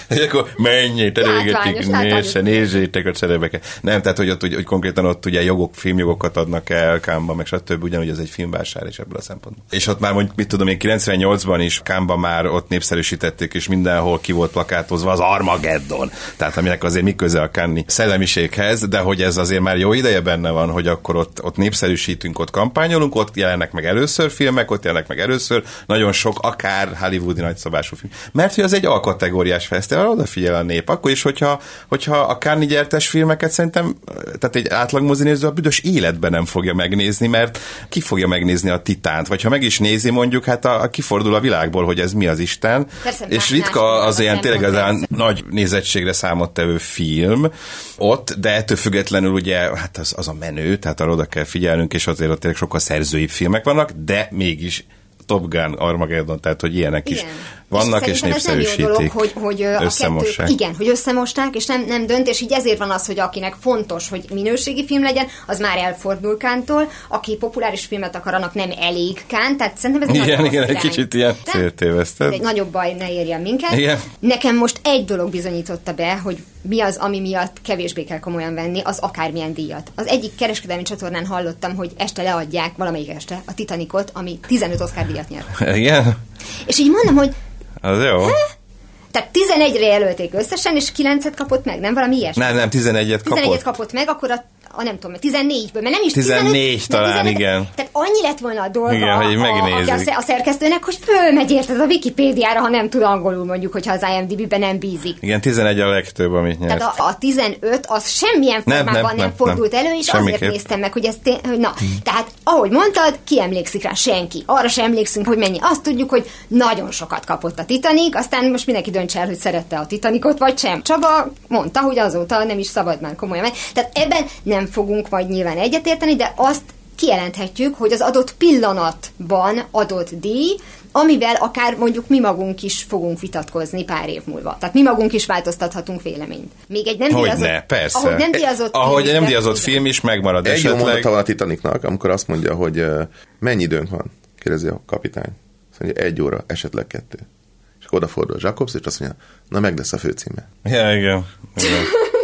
És akkor menjél, terelgetik, nézze, nézzétek a szerepeket. Nem, tehát, hogy ott hogy, hogy konkrétan ott ugye jogok, filmjogokat adnak el Cannes-ban, meg stb. Ugyanúgy ez egy filmvásár is ebből a szempontból. És ott már mondjuk, mit tudom én, kilencvennyolcban is Cannes-ban már ott népszerűsítették, és mindenhol ki volt plakátozva az Armageddon. Tehát aminek azért mi köze a Cannes-i szellemiséghez, de hogy ez azért már jó ideje benne van, hogy akkor ott, ott népszerűsítünk, ott kampányolunk, ott jelennek meg először filmek, ott jelennek meg először nagyon sok, akár hollywoodi nagyszabású film. Mert hogy az egy alkategóriás fesztivál, odafigyel a nép. Akkor is, hogyha, hogyha a Cannes-i gyertes filmeket szerintem, tehát egy átlag mozinéző a büdös életben nem fogja megnézni, mert ki fogja megnézni a Titánt, vagy ha meg is nézi, mondjuk, hát a, a kifordul a világból, hogy ez mi az Isten. Persze, és ritka az ilyen tényleg az nagy nézettségre számottevő film ott, de ettől függetlenül ugye, hát az, az a menő, tehát arra oda kell figyelnünk, és azért ott tényleg sokkal szerzői filmek vannak, de mégis Top Gun, Armageddon, tehát hogy ilyenek igen. is vannak, és, és népszerűsítik. Ez nem jó dolog, hogy, hogy a kettőt, igen, hogy összemosták, és nem, nem dönt, és így ezért van az, hogy akinek fontos, hogy minőségi film legyen, az már elfordul Cannes-tól, aki populáris filmet akar, annak nem elég Cannes, tehát szerintem ez igen, igen, egy kicsit ilyen széltéveszted. Egy nagyobb baj ne érjen minket. Igen. Nekem most egy dolog bizonyította be, hogy mi az, ami miatt kevésbé kell komolyan venni, az akármilyen díjat. Az egyik kereskedelmi csatornán hallottam, hogy este leadják, valamelyik este, a Titanicot, ami tizenöt Oscar díjat nyert. Igen? És így mondom, hogy az jó. Há? Tehát tizenegyre jelölték összesen, és kilencet kapott meg, nem valami ilyesmi? Nem, nem, tizenegyet kapott. tizenegyet kapott meg, akkor a a nem tudom, tizennégyből, mert nem is tizennégy tizenöt, talán, tizenöt, igen. Tehát annyi lett volna a dolga igen, hogy megnézzük. A, a, a szerkesztőnek, hogy fölmegy érted a Wikipédiára, ha nem tud angolul mondjuk, hogyha az IMDb-ben nem bízik. Igen, tizenegy a legtöbb, amit nyert. Tehát a, a tizenöt az semmilyen formában nem, nem, nem, nem fordult nem. elő, és Semmiképp. Azért néztem meg, hogy ez té- na, hmm. tehát ahogy mondtad, ki emlékszik rá? Senki. Arra sem emlékszünk, hogy mennyi. Azt tudjuk, hogy nagyon sokat kapott a Titanic, aztán most mindenki döntse el, hogy szerette a Titanicot, vagy sem. Csaba mondta, hogy azóta nem is szabad már komolyan menni. Tehát ebben nem fogunk majd nyilván egyetérteni, de azt kijelenthetjük, hogy az adott pillanatban adott díj, amivel akár mondjuk mi magunk is fogunk vitatkozni pár év múlva. Tehát mi magunk is változtathatunk véleményt. Még egy nem hogy díjazott... ne, persze. Ahogy nem díjazott ahogy film, nem díjazott film is megmarad egy esetleg. Egy jó mondata van a Titanicnak, amikor azt mondja, hogy uh, mennyi időnk van, kérdezi a kapitány. Azt mondja, egy óra, esetleg kettő. És akkor odafordul Jacobs, és azt mondja, na meg lesz a főcíme. Ja, igen. Igen.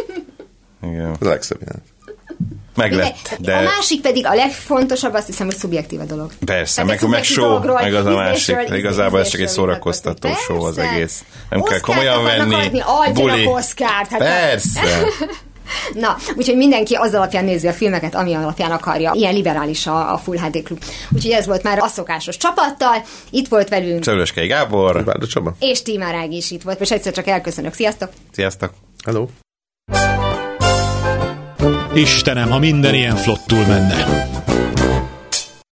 igen. Az a legszebb jelent. Meg lett, de... A másik pedig a legfontosabb, azt hiszem, hogy szubjektív a dolog. Persze, meg, meg show, meg az a másik. Igazából ez csak egy szórakoztató show az egész. Nem kell komolyan venni. Buli. Oscárt, hát persze. Na, úgyhogy mindenki az alapján nézi a filmeket, ami alapján akarja. Ilyen liberális a, a Full há dé Klub. Úgyhogy ez volt már a szokásos csapattal. Itt volt velünk Csöröskei Gábor. Bárda Csaba. És Tímár Ági is itt volt. És egyszer csak elköszönök. Sziasztok! Sziasztok! Hello! Istenem, ha minden ilyen flottul menne.